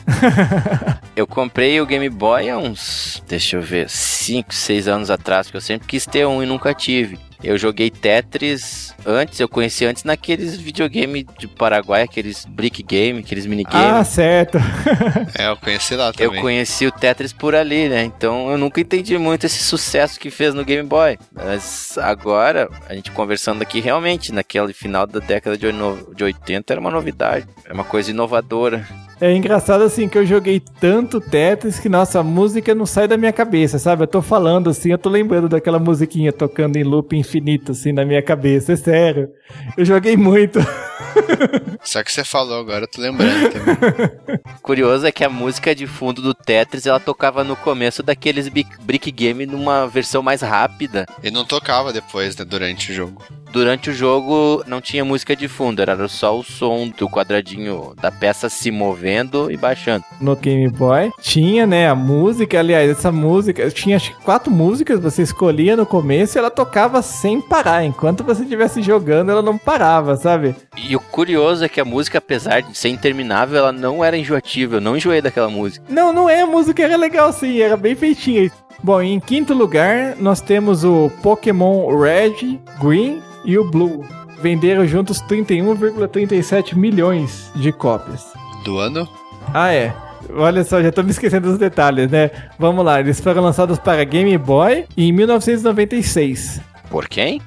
Eu comprei o Game Boy há uns, 5, 6 anos atrás, porque eu sempre quis ter um e nunca tive. Eu joguei Tetris antes, eu conheci antes naqueles videogames de Paraguai, aqueles brick game, aqueles minigames. Certo. Eu conheci lá também. Eu conheci o Tetris por ali, né? Então eu nunca entendi muito esse sucesso que fez no Game Boy. Mas agora, a gente conversando aqui, realmente, naquele final da década de 80 era uma novidade, era uma coisa inovadora. É engraçado assim que eu joguei tanto Tetris que, nossa, a música não sai da minha cabeça, sabe? Eu tô falando assim, eu tô lembrando daquela musiquinha tocando em loop infinito assim na minha cabeça, é sério. Eu joguei muito. Só que você falou agora, eu tô lembrando também. Curioso é que a música de fundo do Tetris, ela tocava no começo daqueles brick game numa versão mais rápida. E não tocava depois, né, durante o jogo. Durante o jogo não tinha música de fundo, era só o som do quadradinho da peça se movendo e baixando. No Game Boy tinha, né, a música, aliás, essa música, tinha acho que 4 músicas, você escolhia no começo e ela tocava sem parar, enquanto você estivesse jogando ela não parava, sabe? E o curioso é que a música, apesar de ser interminável, ela não era enjoativa, eu não enjoei daquela música. Não é, a música era legal sim, era bem feitinha. Bom, em quinto lugar, nós temos o Pokémon Red, Green e o Blue. Venderam juntos 31,37 milhões de cópias. Do ano? Olha só, já tô me esquecendo dos detalhes, né? Vamos lá, eles foram lançados para Game Boy em 1996. Por quem?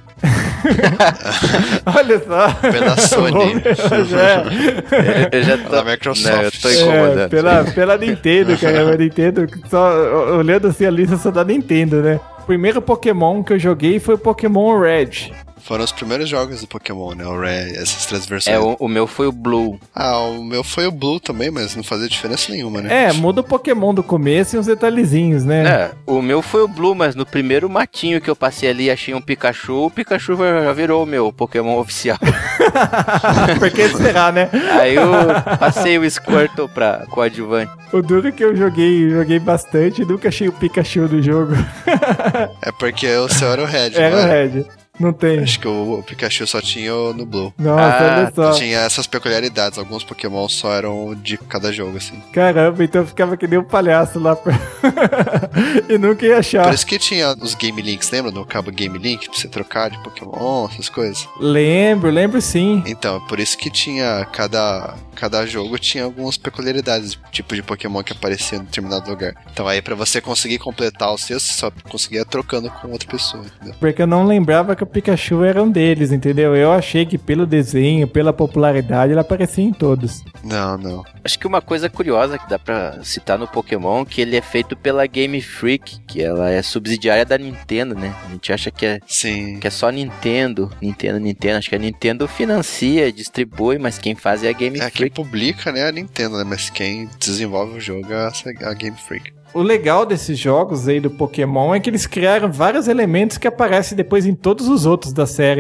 Olha só. Pela Sony. Eu já tô... Pela Microsoft. Não, eu tô incomodando. Pela Nintendo, cara. A Nintendo, só olhando assim a lista só da Nintendo, né? O primeiro Pokémon que eu joguei foi o Pokémon Red. Foram os primeiros jogos do Pokémon, né? O Red, essas 3 versões. O meu foi o Blue. O meu foi o Blue também, mas não fazia diferença nenhuma, né? Muda o Pokémon do começo e uns detalhezinhos, né? O meu foi o Blue, mas no primeiro matinho que eu passei ali, achei um Pikachu, o Pikachu já virou o meu Pokémon oficial. Por que será, né? Aí eu passei o Squirtle pra coadjuvante. O duro que eu joguei bastante e nunca achei o Pikachu do jogo. É porque o seu era o Red, Era o Red. Não tem. Acho que o Pikachu só tinha no Blue. Nossa, olha só. Tinha essas peculiaridades. Alguns Pokémon só eram de cada jogo, assim. Caramba, então eu ficava que nem um palhaço lá e nunca ia achar. Por isso que tinha os Game Links, lembra do cabo Game Link? Pra você trocar de Pokémon, essas coisas. Lembro sim. Então, por isso que tinha cada jogo tinha algumas peculiaridades, tipo de Pokémon que aparecia em determinado lugar. Então aí pra você conseguir completar o seu, você só conseguia trocando com outra pessoa, entendeu? Porque eu não lembrava que o Pikachu era um deles, entendeu? Eu achei que pelo desenho, pela popularidade, ele aparecia em todos. Não. Acho que uma coisa curiosa que dá pra citar no Pokémon, que ele é feito pela Game Freak, que ela é subsidiária da Nintendo, né? A gente acha que é, Sim. Que é só Nintendo. Acho que a Nintendo financia, distribui, mas quem faz é a Game Freak. Quem publica, né, é a Nintendo, né? Mas quem desenvolve o jogo é a Game Freak. O legal desses jogos aí do Pokémon é que eles criaram vários elementos que aparecem depois em todos os outros da série, né?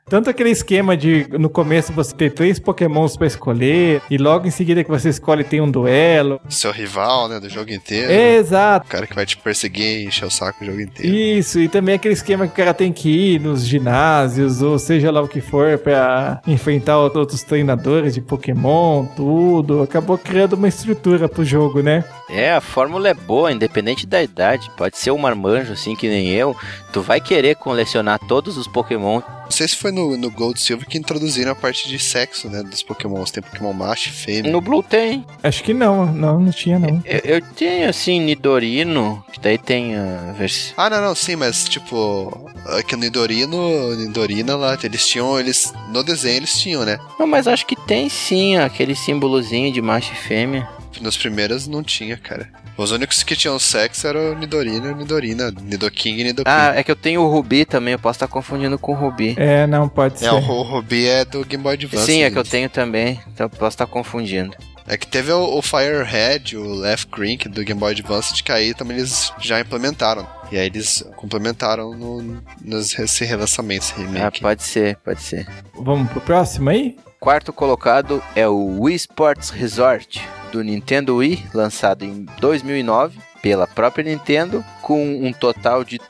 Tanto aquele esquema de, no começo, você ter 3 pokémons pra escolher, e logo em seguida que você escolhe tem um duelo. Seu rival, né, do jogo inteiro. Exato. O cara que vai te perseguir e encher o saco o jogo inteiro. Isso, e também aquele esquema que o cara tem que ir nos ginásios, ou seja lá o que for, pra enfrentar outros treinadores de Pokémon, tudo. Acabou criando uma estrutura pro jogo, né? A fórmula é boa, independente da idade. Pode ser um marmanjo, assim, que nem eu. Tu vai querer colecionar todos os Pokémon. Não sei se foi no Gold Silver que introduziram a parte de sexo, né, dos Pokémons. Tem Pokémon macho e fêmea. No Blue tem. Acho que não tinha não. Eu tenho, assim, Nidorino, que daí tem a versão... Não, sim, mas tipo, que no Nidorina lá, no desenho eles tinham, né? Não, mas acho que tem sim, aquele símbolozinho de macho e fêmea. Nos primeiros não tinha, cara. Os únicos que tinham sexo eram o Nidorina, Nidoking e Nidoking. É que eu tenho o Ruby também, eu posso estar confundindo com o Ruby. Não, pode ser. O Ruby é do Game Boy Advance. Sim, é que eu tenho também, então eu posso estar confundindo. É que teve o Firehead, o Left Crink do Game Boy Advance, que aí também eles já implementaram. E aí eles complementaram nos relançamentos, remake. Pode ser. Vamos pro próximo aí? Quarto colocado é o Wii Sports Resort do Nintendo Wii, lançado em 2009 pela própria Nintendo, com um total de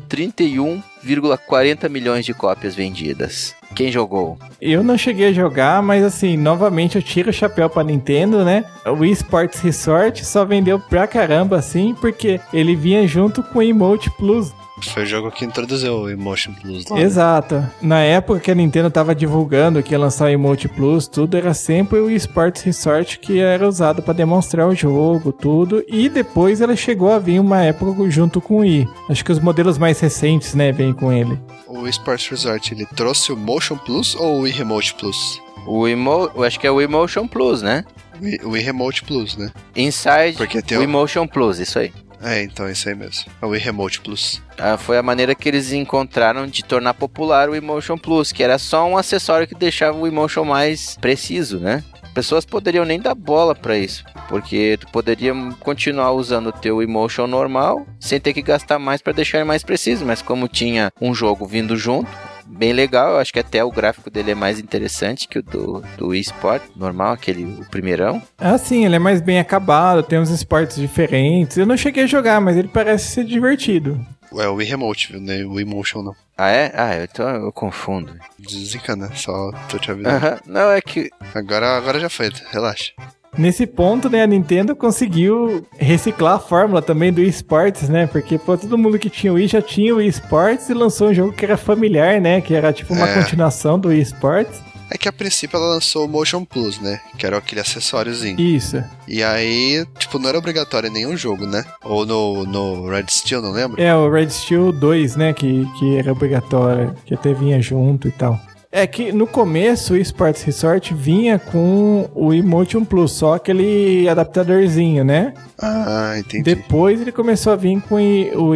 31,40 milhões de cópias vendidas. Quem jogou? Eu não cheguei a jogar, mas assim, novamente eu tiro o chapéu pra Nintendo, né? O Wii Sports Resort só vendeu pra caramba, assim, porque ele vinha junto com o Emote Plus. Foi o jogo que introduziu o Emotion Plus. Lá, exato. Né? Na época que a Nintendo tava divulgando que ia lançar o Emote Plus, tudo era sempre o Sports Resort que era usado pra demonstrar o jogo, tudo. E depois ela chegou a vir uma época junto com o Wii. Acho que os modelos mais recentes, né, vêm com ele. O Sports Resort, ele trouxe o Motion Plus ou o Wii Remote Plus? Eu acho que é o Emotion Plus, né? O Wii Remote Plus, né? Inside o Emotion Plus, isso aí. Então é isso aí mesmo. É o Wii Remote Plus. Foi a maneira que eles encontraram de tornar popular o Emotion Plus, que era só um acessório que deixava o Emotion mais preciso, né? Pessoas poderiam nem dar bola pra isso, porque tu poderia continuar usando o teu Emotion normal, sem ter que gastar mais pra deixar ele mais preciso, mas como tinha um jogo vindo junto, bem legal, eu acho que até o gráfico dele é mais interessante que o do Wii Sport normal, o primeirão. Sim, ele é mais bem acabado, tem uns esportes diferentes. Eu não cheguei a jogar, mas ele parece ser divertido. É o Wii Remote, viu? Né? O Emotion não. Então eu confundo. Desencana, só tô te avisando. Não, é que... Agora já foi, relaxa. Nesse ponto, né, a Nintendo conseguiu reciclar a fórmula também do Wii Sports, né? Porque, todo mundo que tinha o Wii já tinha o Wii Sports e lançou um jogo que era familiar, né? Que era tipo uma continuação do Wii Sports. É que a princípio ela lançou o Motion Plus, né? Que era aquele acessóriozinho. Isso. E aí, não era obrigatório em nenhum jogo, né? Ou no Red Steel, não lembro? O Red Steel 2, né? Que era obrigatório, que até vinha junto e tal. É que no começo o Sports Resort vinha com o Emotion Plus, só aquele adaptadorzinho, né? Entendi. Depois ele começou a vir com o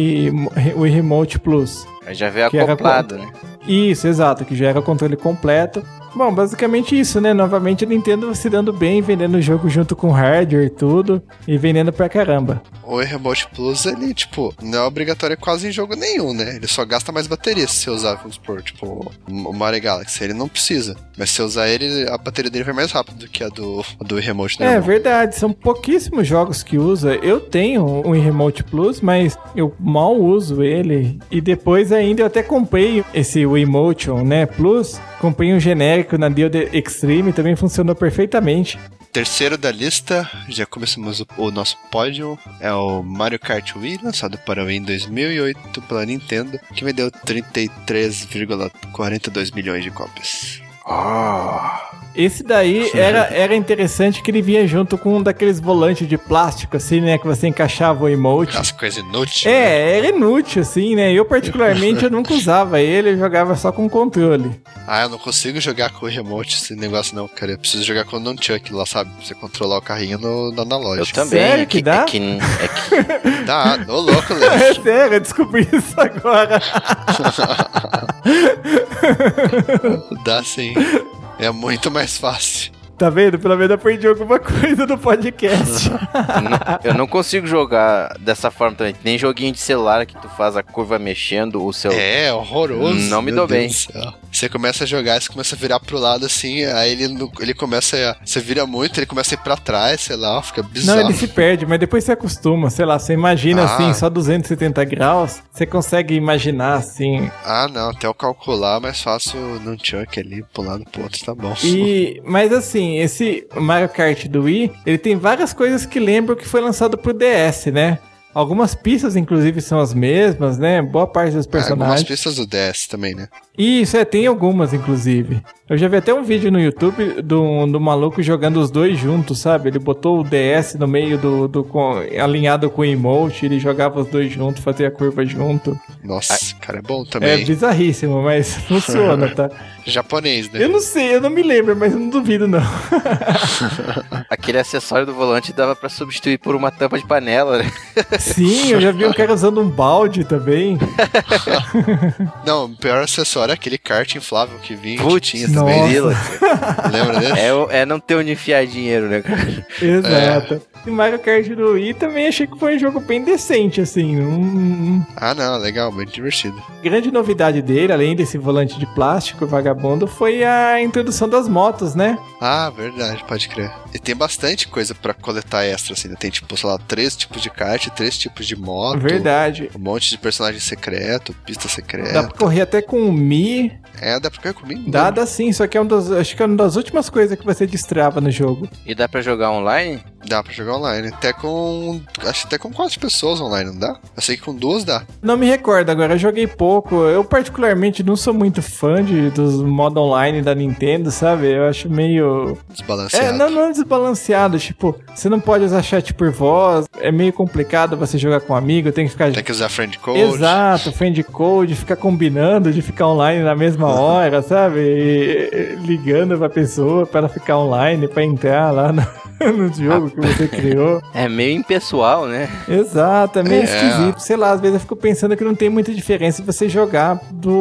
Remote Plus. Aí já veio acoplado, né? Isso, exato, que já era o controle completo. Bom, basicamente isso, né? Novamente a Nintendo se dando bem, vendendo o jogo junto com hardware e tudo, e vendendo pra caramba. O Remote Plus, ele, não é obrigatório quase em jogo nenhum, né? Ele só gasta mais bateria se você usar, vamos supor, o Mario Galaxy. Ele não precisa. Mas se você usar ele, a bateria dele vai mais rápido do que a do Remote. É verdade, são pouquíssimos jogos que usa. Eu tenho um Remote Plus, mas eu mal uso ele. E depois ainda eu até comprei esse Emotion, né, Plus. Comprei um genérico na Deal Extreme, também funcionou perfeitamente. Terceiro da lista, já começamos o nosso pódio, é o Mario Kart Wii, lançado para o Wii em 2008 pela Nintendo, que vendeu 33,42 milhões de cópias. Esse daí era interessante que ele vinha junto com um daqueles volantes de plástico, assim, né? Que você encaixava o emote. As coisas inúteis. Era inútil, assim, né? Eu, particularmente, eu nunca usava ele, eu jogava só com controle. Eu não consigo jogar com o remote esse negócio não, cara. Eu preciso jogar com o Nunchuck lá, sabe? Pra você controlar o carrinho no analógico. Eu também. Sério que dá? Dá, ô louco, Léo. É sério, eu descobri isso agora. Dá sim. É muito mais fácil. Tá vendo? Pelo menos eu perdi alguma coisa do podcast. Eu não consigo jogar dessa forma também. Nem joguinho de celular que tu faz a curva mexendo o seu... É horroroso. Não me dou bem. Você começa a jogar, você começa a virar pro lado assim, aí ele começa a... Você vira muito, ele começa a ir pra trás, sei lá, fica bizarro. Não, ele se perde, mas depois você acostuma, sei lá, você imagina assim, só 270 graus, você consegue imaginar assim. Ah, não, até eu calcular, mais fácil num chunk ali, pro lado pro outro, tá bom. Mas assim, esse Mario Kart do Wii, ele tem várias coisas que lembram que foi lançado pro DS, né? Algumas pistas, inclusive, são as mesmas, né? Boa parte dos personagens. Algumas pistas do DS também, né? Isso, tem algumas, inclusive. Eu já vi até um vídeo no YouTube do maluco jogando os dois juntos, sabe? Ele botou o DS no meio alinhado com o emote, ele jogava os dois juntos, fazia a curva junto. Nossa, cara, é bom também. É bizarríssimo, mas funciona, tá? Japonês, né? Eu não sei, eu não me lembro, mas eu não duvido, não. Aquele acessório do volante dava pra substituir por uma tampa de panela, né? Sim, eu já vi um cara usando um balde também. Não, o pior acessório é aquele kart inflável que vinha, que tinha também. Lembra desse? É não ter onde enfiar dinheiro, né, cara? Exato. E Mario Kart do Wii também achei que foi um jogo bem decente, assim. Ah, não, legal, muito divertido. Grande novidade dele, além desse volante de plástico vagabundo, foi a introdução das motos, né? Ah, verdade, pode crer. E tem bastante coisa pra coletar extra, assim, né? Tem, tipo, sei lá, 3 tipos de kart, 3 tipos de moto. Verdade. Um monte de personagem secreto, pista secreta. Dá pra correr até com o Mi. Dá pra correr comigo? Dá sim, só que acho que é uma das últimas coisas que você destrava no jogo. E dá pra jogar online? Dá pra jogar online. Acho que até com 4 pessoas online, não dá? Eu sei que com 2 dá. Não me recordo, agora eu joguei pouco. Eu particularmente não sou muito fã dos modos online da Nintendo, sabe? Eu acho meio... desbalanceado. Não é desbalanceado. Tipo, você não pode usar chat por voz. É meio complicado você jogar com um amigo. Tem que usar friend code. Exato, friend code. Ficar combinando de ficar online na mesma hora, sabe? E ligando pra pessoa para ficar online, pra entrar lá no jogo que você criou. É meio impessoal, né? Exato, é meio esquisito. Sei lá, às vezes eu fico pensando que não tem muita diferença você jogar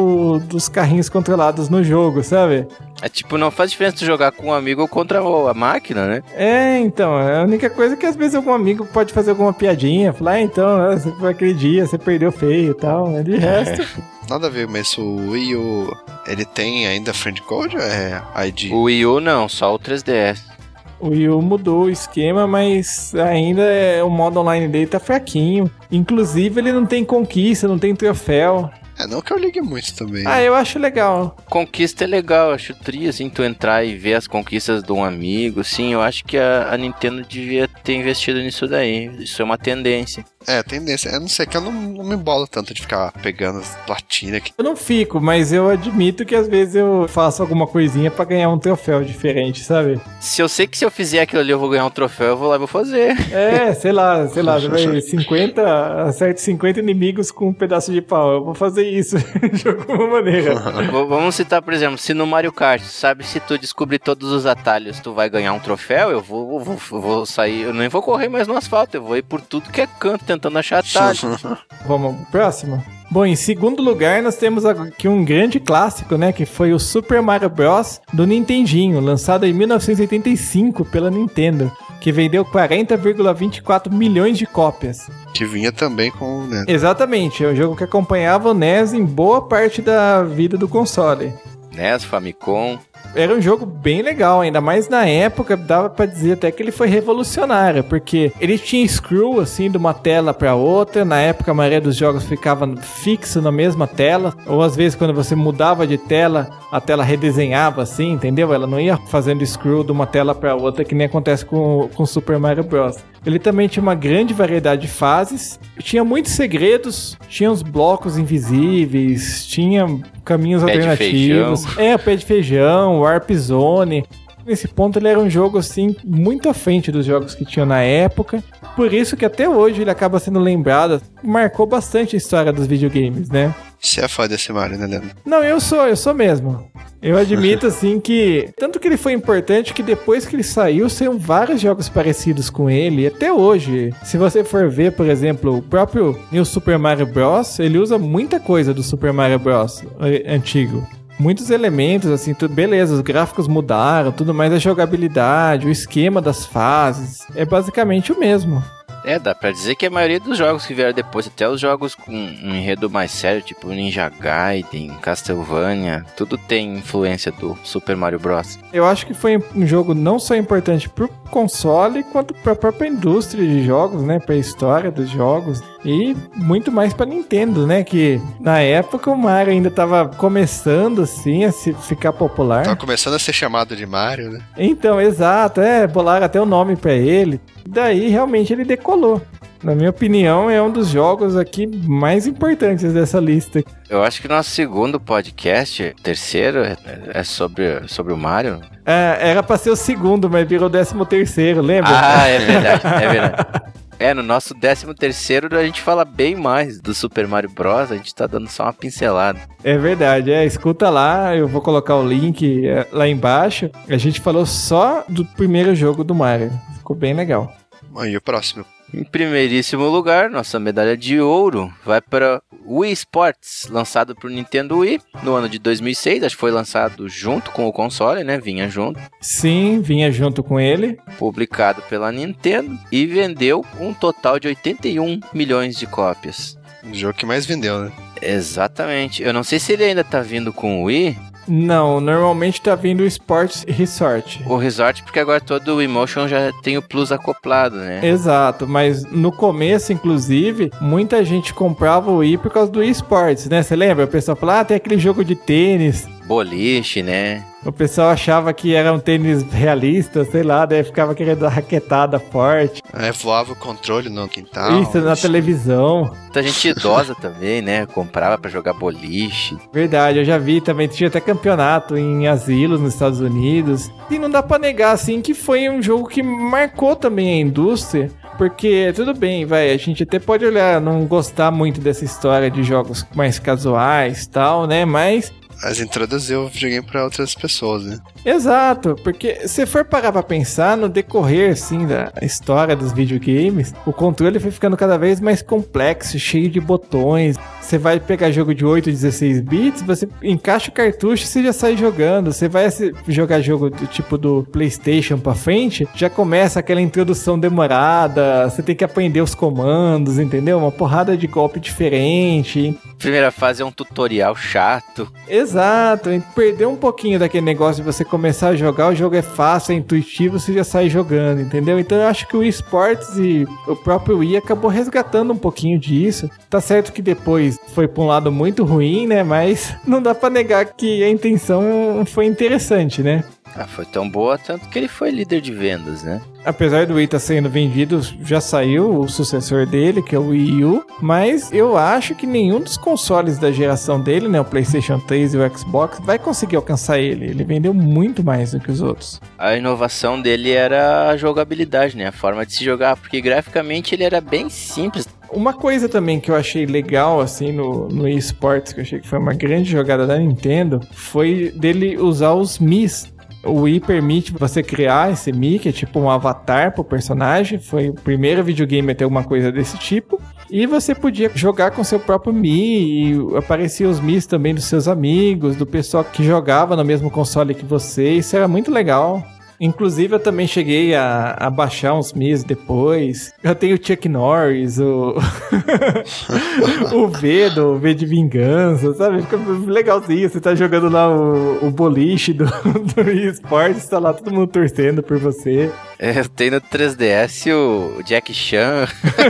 dos carrinhos controlados no jogo, sabe? É tipo, não faz diferença tu jogar com um amigo ou contra a máquina, né? Então, é a única coisa que às vezes algum amigo pode fazer alguma piadinha, falar, então, você foi aquele dia, você perdeu feio e tal, né? De resto... Nada a ver, mas o Wii U, ele tem ainda friend code ou é ID? O Wii U não, só o 3DS. O Wii U mudou o esquema, mas ainda o modo online dele tá fraquinho. Inclusive, ele não tem conquista, não tem troféu. Não que eu ligue muito também. Eu acho legal. Conquista é legal, acho tri, assim, tu entrar e ver as conquistas de um amigo, sim, eu acho que a Nintendo devia ter investido nisso daí, isso é uma tendência. Tendência, eu não sei, que eu não me embolo tanto de ficar pegando as platinas aqui. Eu não fico, mas eu admito que às vezes eu faço alguma coisinha pra ganhar um troféu diferente, sabe? Se eu sei que se eu fizer aquilo ali eu vou ganhar um troféu, eu vou lá e vou fazer. Sei lá, você vai acerte 50 inimigos com um pedaço de pau, eu vou fazer isso de alguma maneira. Vamos citar, por exemplo, se no Mario Kart, sabe, se tu descobrir todos os atalhos, tu vai ganhar um troféu, eu vou sair, eu nem vou correr mais no asfalto, eu vou ir por tudo que é canto, tentando achar atalho. Vamos pro próximo? Bom, em segundo lugar, nós temos aqui um grande clássico, né? Que foi o Super Mario Bros. Do Nintendinho, lançado em 1985 pela Nintendo, que vendeu 40,24 milhões de cópias. Que vinha também com o NES. Exatamente, é um jogo que acompanhava o NES em boa parte da vida do console. NES, Famicom... Era um jogo bem legal, ainda mais na época, dava pra dizer até que ele foi revolucionário, porque ele tinha scroll, assim, de uma tela pra outra. Na época, a maioria dos jogos ficava fixo na mesma tela, ou às vezes quando você mudava de tela, a tela redesenhava, assim, entendeu? Ela não ia fazendo scroll de uma tela pra outra, que nem acontece com Super Mario Bros. Ele também tinha uma grande variedade de fases, tinha muitos segredos, tinha uns blocos invisíveis, tinha caminhos alternativos. O pé de feijão, Warp Zone. Nesse ponto ele era um jogo assim muito à frente dos jogos que tinham na época. Por isso que até hoje ele acaba sendo lembrado. Marcou bastante a história dos videogames, né? Você é fã desse Mario, né, Leandro? Não, eu sou mesmo. Eu admito, assim, que... Tanto que ele foi importante que depois que ele saiu, saíram vários jogos parecidos com ele. E até hoje, se você for ver, por exemplo, o próprio New Super Mario Bros., ele usa muita coisa do Super Mario Bros. Antigo. Muitos elementos, assim, beleza, os gráficos mudaram, tudo mais, a jogabilidade, o esquema das fases, é basicamente o mesmo. Dá pra dizer que a maioria dos jogos que vieram depois, até os jogos com um enredo mais sério, tipo Ninja Gaiden, Castlevania, tudo tem influência do Super Mario Bros. Eu acho que foi um jogo não só importante pro console, quanto pra própria indústria de jogos, né? Pra história dos jogos. E muito mais pra Nintendo, né? Que na época o Mario ainda tava começando, assim, a se ficar popular. Tava começando a ser chamado de Mario, né? Então, exato. Bolaram até o nome pra ele. Daí, realmente, ele decolou. Na minha opinião, é um dos jogos aqui mais importantes dessa lista. Eu acho que nosso segundo podcast, terceiro, é sobre o Mario. Era pra ser o segundo, mas virou 13º, lembra? Ah, é verdade. No nosso 13º a gente fala bem mais do Super Mario Bros. A gente tá dando só uma pincelada. É verdade, escuta lá, eu vou colocar o link lá embaixo. A gente falou só do primeiro jogo do Mario. Ficou bem legal. E o próximo? Em primeiríssimo lugar, nossa medalha de ouro vai para Wii Sports, lançado para o Nintendo Wii no ano de 2006. Acho que foi lançado junto com o console, né? Vinha junto. Sim, vinha junto com ele. Publicado pela Nintendo e vendeu um total de 81 milhões de cópias. O jogo que mais vendeu, né? Exatamente. Eu não sei se ele ainda tá vindo com o Wii. Não, normalmente tá vindo o Sports Resort. O Resort, porque agora todo o Emotion já tem o Plus acoplado, né? Exato, mas no começo, inclusive, muita gente comprava o Wii por causa do eSports, né? Você lembra? O pessoal falava, tem aquele jogo de tênis. Boliche, né? O pessoal achava que era um tênis realista, sei lá, daí ficava querendo dar raquetada forte. Voava o controle no quintal. Isso, na televisão. Muita gente idosa também, né? Comprava pra jogar boliche. Verdade, eu já vi também, tinha até campeonato em asilos nos Estados Unidos. E não dá pra negar, assim, que foi um jogo que marcou também a indústria. Porque, tudo bem, a gente até pode olhar, não gostar muito dessa história de jogos mais casuais e tal, né? Mas introduziu o videogame pra outras pessoas, né? Exato, porque se for parar pra pensar no decorrer, assim, da história dos videogames, o controle foi ficando cada vez mais complexo, cheio de botões. Você vai pegar jogo de 8, 16 bits, você encaixa o cartucho e você já sai jogando. Você vai jogar jogo do tipo do PlayStation pra frente, já começa aquela introdução demorada, você tem que aprender os comandos, entendeu? Uma porrada de golpe diferente. Primeira fase é um tutorial chato. Exato, perdeu um pouquinho daquele negócio de você começar a jogar, o jogo é fácil, é intuitivo, você já sai jogando, entendeu? Então eu acho que o Wii Sports e o próprio Wii acabou resgatando um pouquinho disso. Tá certo que depois foi pra um lado muito ruim, né? Mas não dá pra negar que a intenção foi interessante, né? Foi tão boa, tanto que ele foi líder de vendas, né? Apesar do Wii estar sendo vendido, já saiu o sucessor dele, que é o Wii U, mas eu acho que nenhum dos consoles da geração dele, né, o PlayStation 3 e o Xbox, vai conseguir alcançar ele. Ele vendeu muito mais do que os outros. A inovação dele era a jogabilidade, né, a forma de se jogar, porque graficamente ele era bem simples. Uma coisa também que eu achei legal, assim, no eSports, que eu achei que foi uma grande jogada da Nintendo, foi dele usar os Miis. O Wii permite você criar esse Mi, que é tipo um avatar pro personagem. Foi o primeiro videogame a ter uma coisa desse tipo. E você podia jogar com seu próprio Mi, e apareciam os Mis também dos seus amigos, do pessoal que jogava no mesmo console que você. Isso era muito legal. Inclusive, eu também cheguei a baixar uns Mis depois. Eu tenho o Chuck Norris, o o V de Vingança, sabe? Fica legalzinho. Você tá jogando lá o boliche do eSports, tá lá todo mundo torcendo por você. Eu tenho no 3DS o Jack Chan.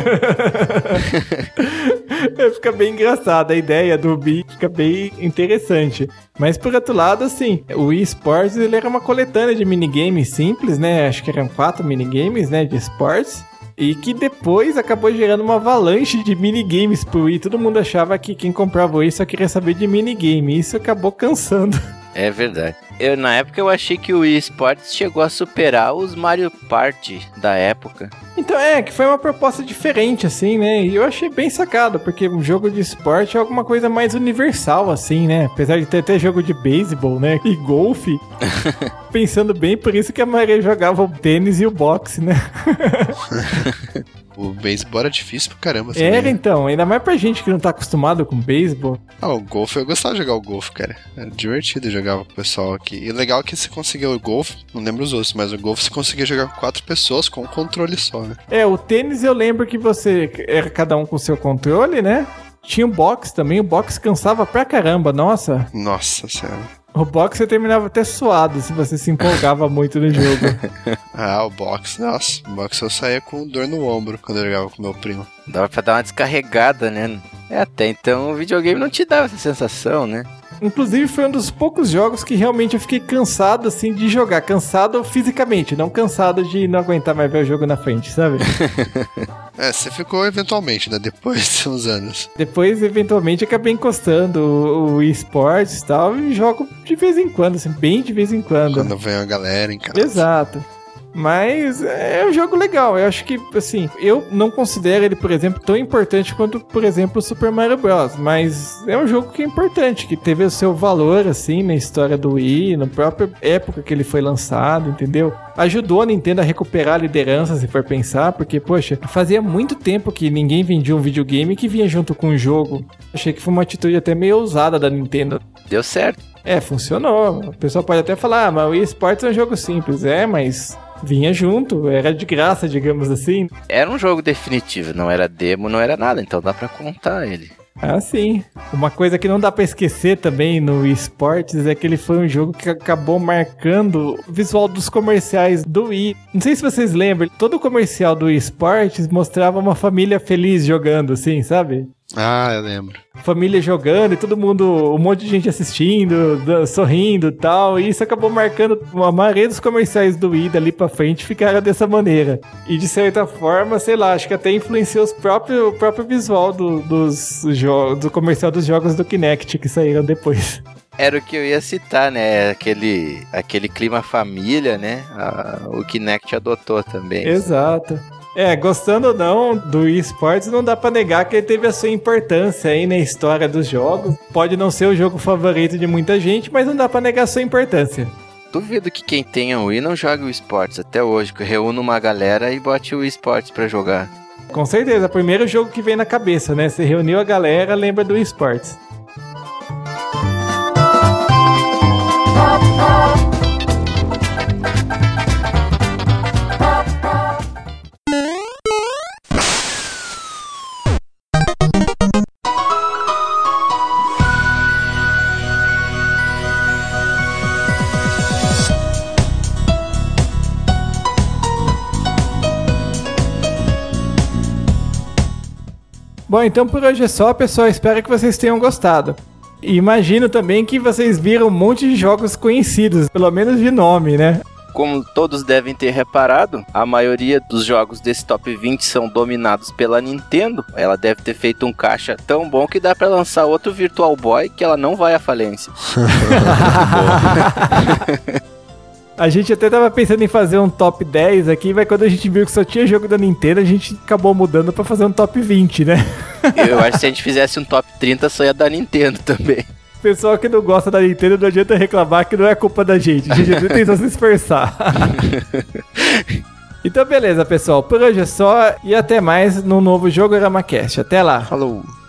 Fica bem engraçado, a ideia do Mi fica bem interessante. Mas por outro lado, assim, o eSports, ele era uma coletânea de minigames simples, né? Acho que eram 4 minigames, né, de esportes. E que depois acabou gerando uma avalanche de minigames pro Wii. Todo mundo achava que quem comprava o Wii só queria saber de minigame. E isso acabou cansando. É verdade. Na época eu achei que o Wii Sports chegou a superar os Mario Party da época. Então que foi uma proposta diferente, assim, né? E eu achei bem sacado, porque um jogo de esporte é alguma coisa mais universal, assim, né? Apesar de ter até jogo de beisebol, né? E golfe. Pensando bem, por isso que a maioria jogava o tênis e o boxe, né? O beisebol era difícil pra caramba. Também, Era né? então, ainda mais pra gente que não tá acostumado com beisebol. O golfe, eu gostava de jogar o golfe, cara. Era divertido, eu jogava com o pessoal aqui. E o legal é que você conseguia o golfe, não lembro os outros, mas o golfe você conseguia jogar com 4 pessoas com um controle só, né? O tênis eu lembro que você era cada um com seu controle, né? Tinha o boxe também, o boxe cansava pra caramba, nossa. Nossa senhora. O boxe você terminava até suado se você se empolgava muito no jogo. O boxe, nossa. O boxe eu saía com dor no ombro quando eu jogava com meu primo. Dava pra dar uma descarregada, né? Até então o videogame não te dava essa sensação, né? Inclusive foi um dos poucos jogos que realmente eu fiquei cansado assim de jogar. Cansado fisicamente, não cansado de não aguentar mais ver o jogo na frente, sabe? Você ficou eventualmente, né? Depois de uns anos. Depois, eventualmente, acabei encostando o eSports e tal, e jogo de vez em quando, assim, bem de vez em quando. Quando vem a galera em casa. Exato. Mas é um jogo legal. Eu acho que, assim, eu não considero ele, por exemplo, tão importante quanto, por exemplo, o Super Mario Bros. Mas é um jogo que é importante, que teve o seu valor, assim, na história do Wii, na própria época que ele foi lançado, entendeu? Ajudou a Nintendo a recuperar a liderança, se for pensar, porque, poxa, fazia muito tempo que ninguém vendia um videogame que vinha junto com o jogo. Achei que foi uma atitude até meio ousada da Nintendo. Deu certo. Funcionou. O pessoal pode até falar, mas o eSports é um jogo simples. Mas vinha junto, era de graça, digamos assim. Era um jogo definitivo, não era demo, não era nada, então dá pra contar ele. Sim. Uma coisa que não dá pra esquecer também no eSports é que ele foi um jogo que acabou marcando o visual dos comerciais do Wii. Não sei se vocês lembram, todo o comercial do eSports mostrava uma família feliz jogando, assim, sabe? Eu lembro. Família jogando e todo mundo, um monte de gente assistindo, sorrindo e tal, e isso acabou marcando a maioria dos comerciais do Wii dali pra frente ficaram dessa maneira. E de certa forma, sei lá, acho que até influenciou o próprio visual do comercial dos jogos do Kinect que saíram depois. Era o que eu ia citar, né? Aquele clima família, né? O Kinect adotou também. Exato. Gostando ou não do eSports, não dá pra negar que ele teve a sua importância aí na história dos jogos. Pode não ser o jogo favorito de muita gente, mas não dá pra negar a sua importância. Duvido que quem tenha o Wii não jogue o eSports até hoje, que reúne uma galera e bote o eSports pra jogar. Com certeza, primeiro jogo que vem na cabeça, né? Você reuniu a galera, lembra do eSports. Bom, então por hoje é só, pessoal. Espero que vocês tenham gostado. E imagino também que vocês viram um monte de jogos conhecidos, pelo menos de nome, né? Como todos devem ter reparado, a maioria dos jogos desse top 20 são dominados pela Nintendo. Ela deve ter feito um caixa tão bom que dá pra lançar outro Virtual Boy que ela não vai à falência. A gente até tava pensando em fazer um top 10 aqui, mas quando a gente viu que só tinha jogo da Nintendo, a gente acabou mudando pra fazer um top 20, né? Eu acho que se a gente fizesse um top 30, só ia da Nintendo também. Pessoal que não gosta da Nintendo, não adianta reclamar que não é culpa da gente. A gente tem só se esforçar. Então beleza, pessoal. Por hoje é só e até mais no novo Jogorama Cast. Até lá. Falou.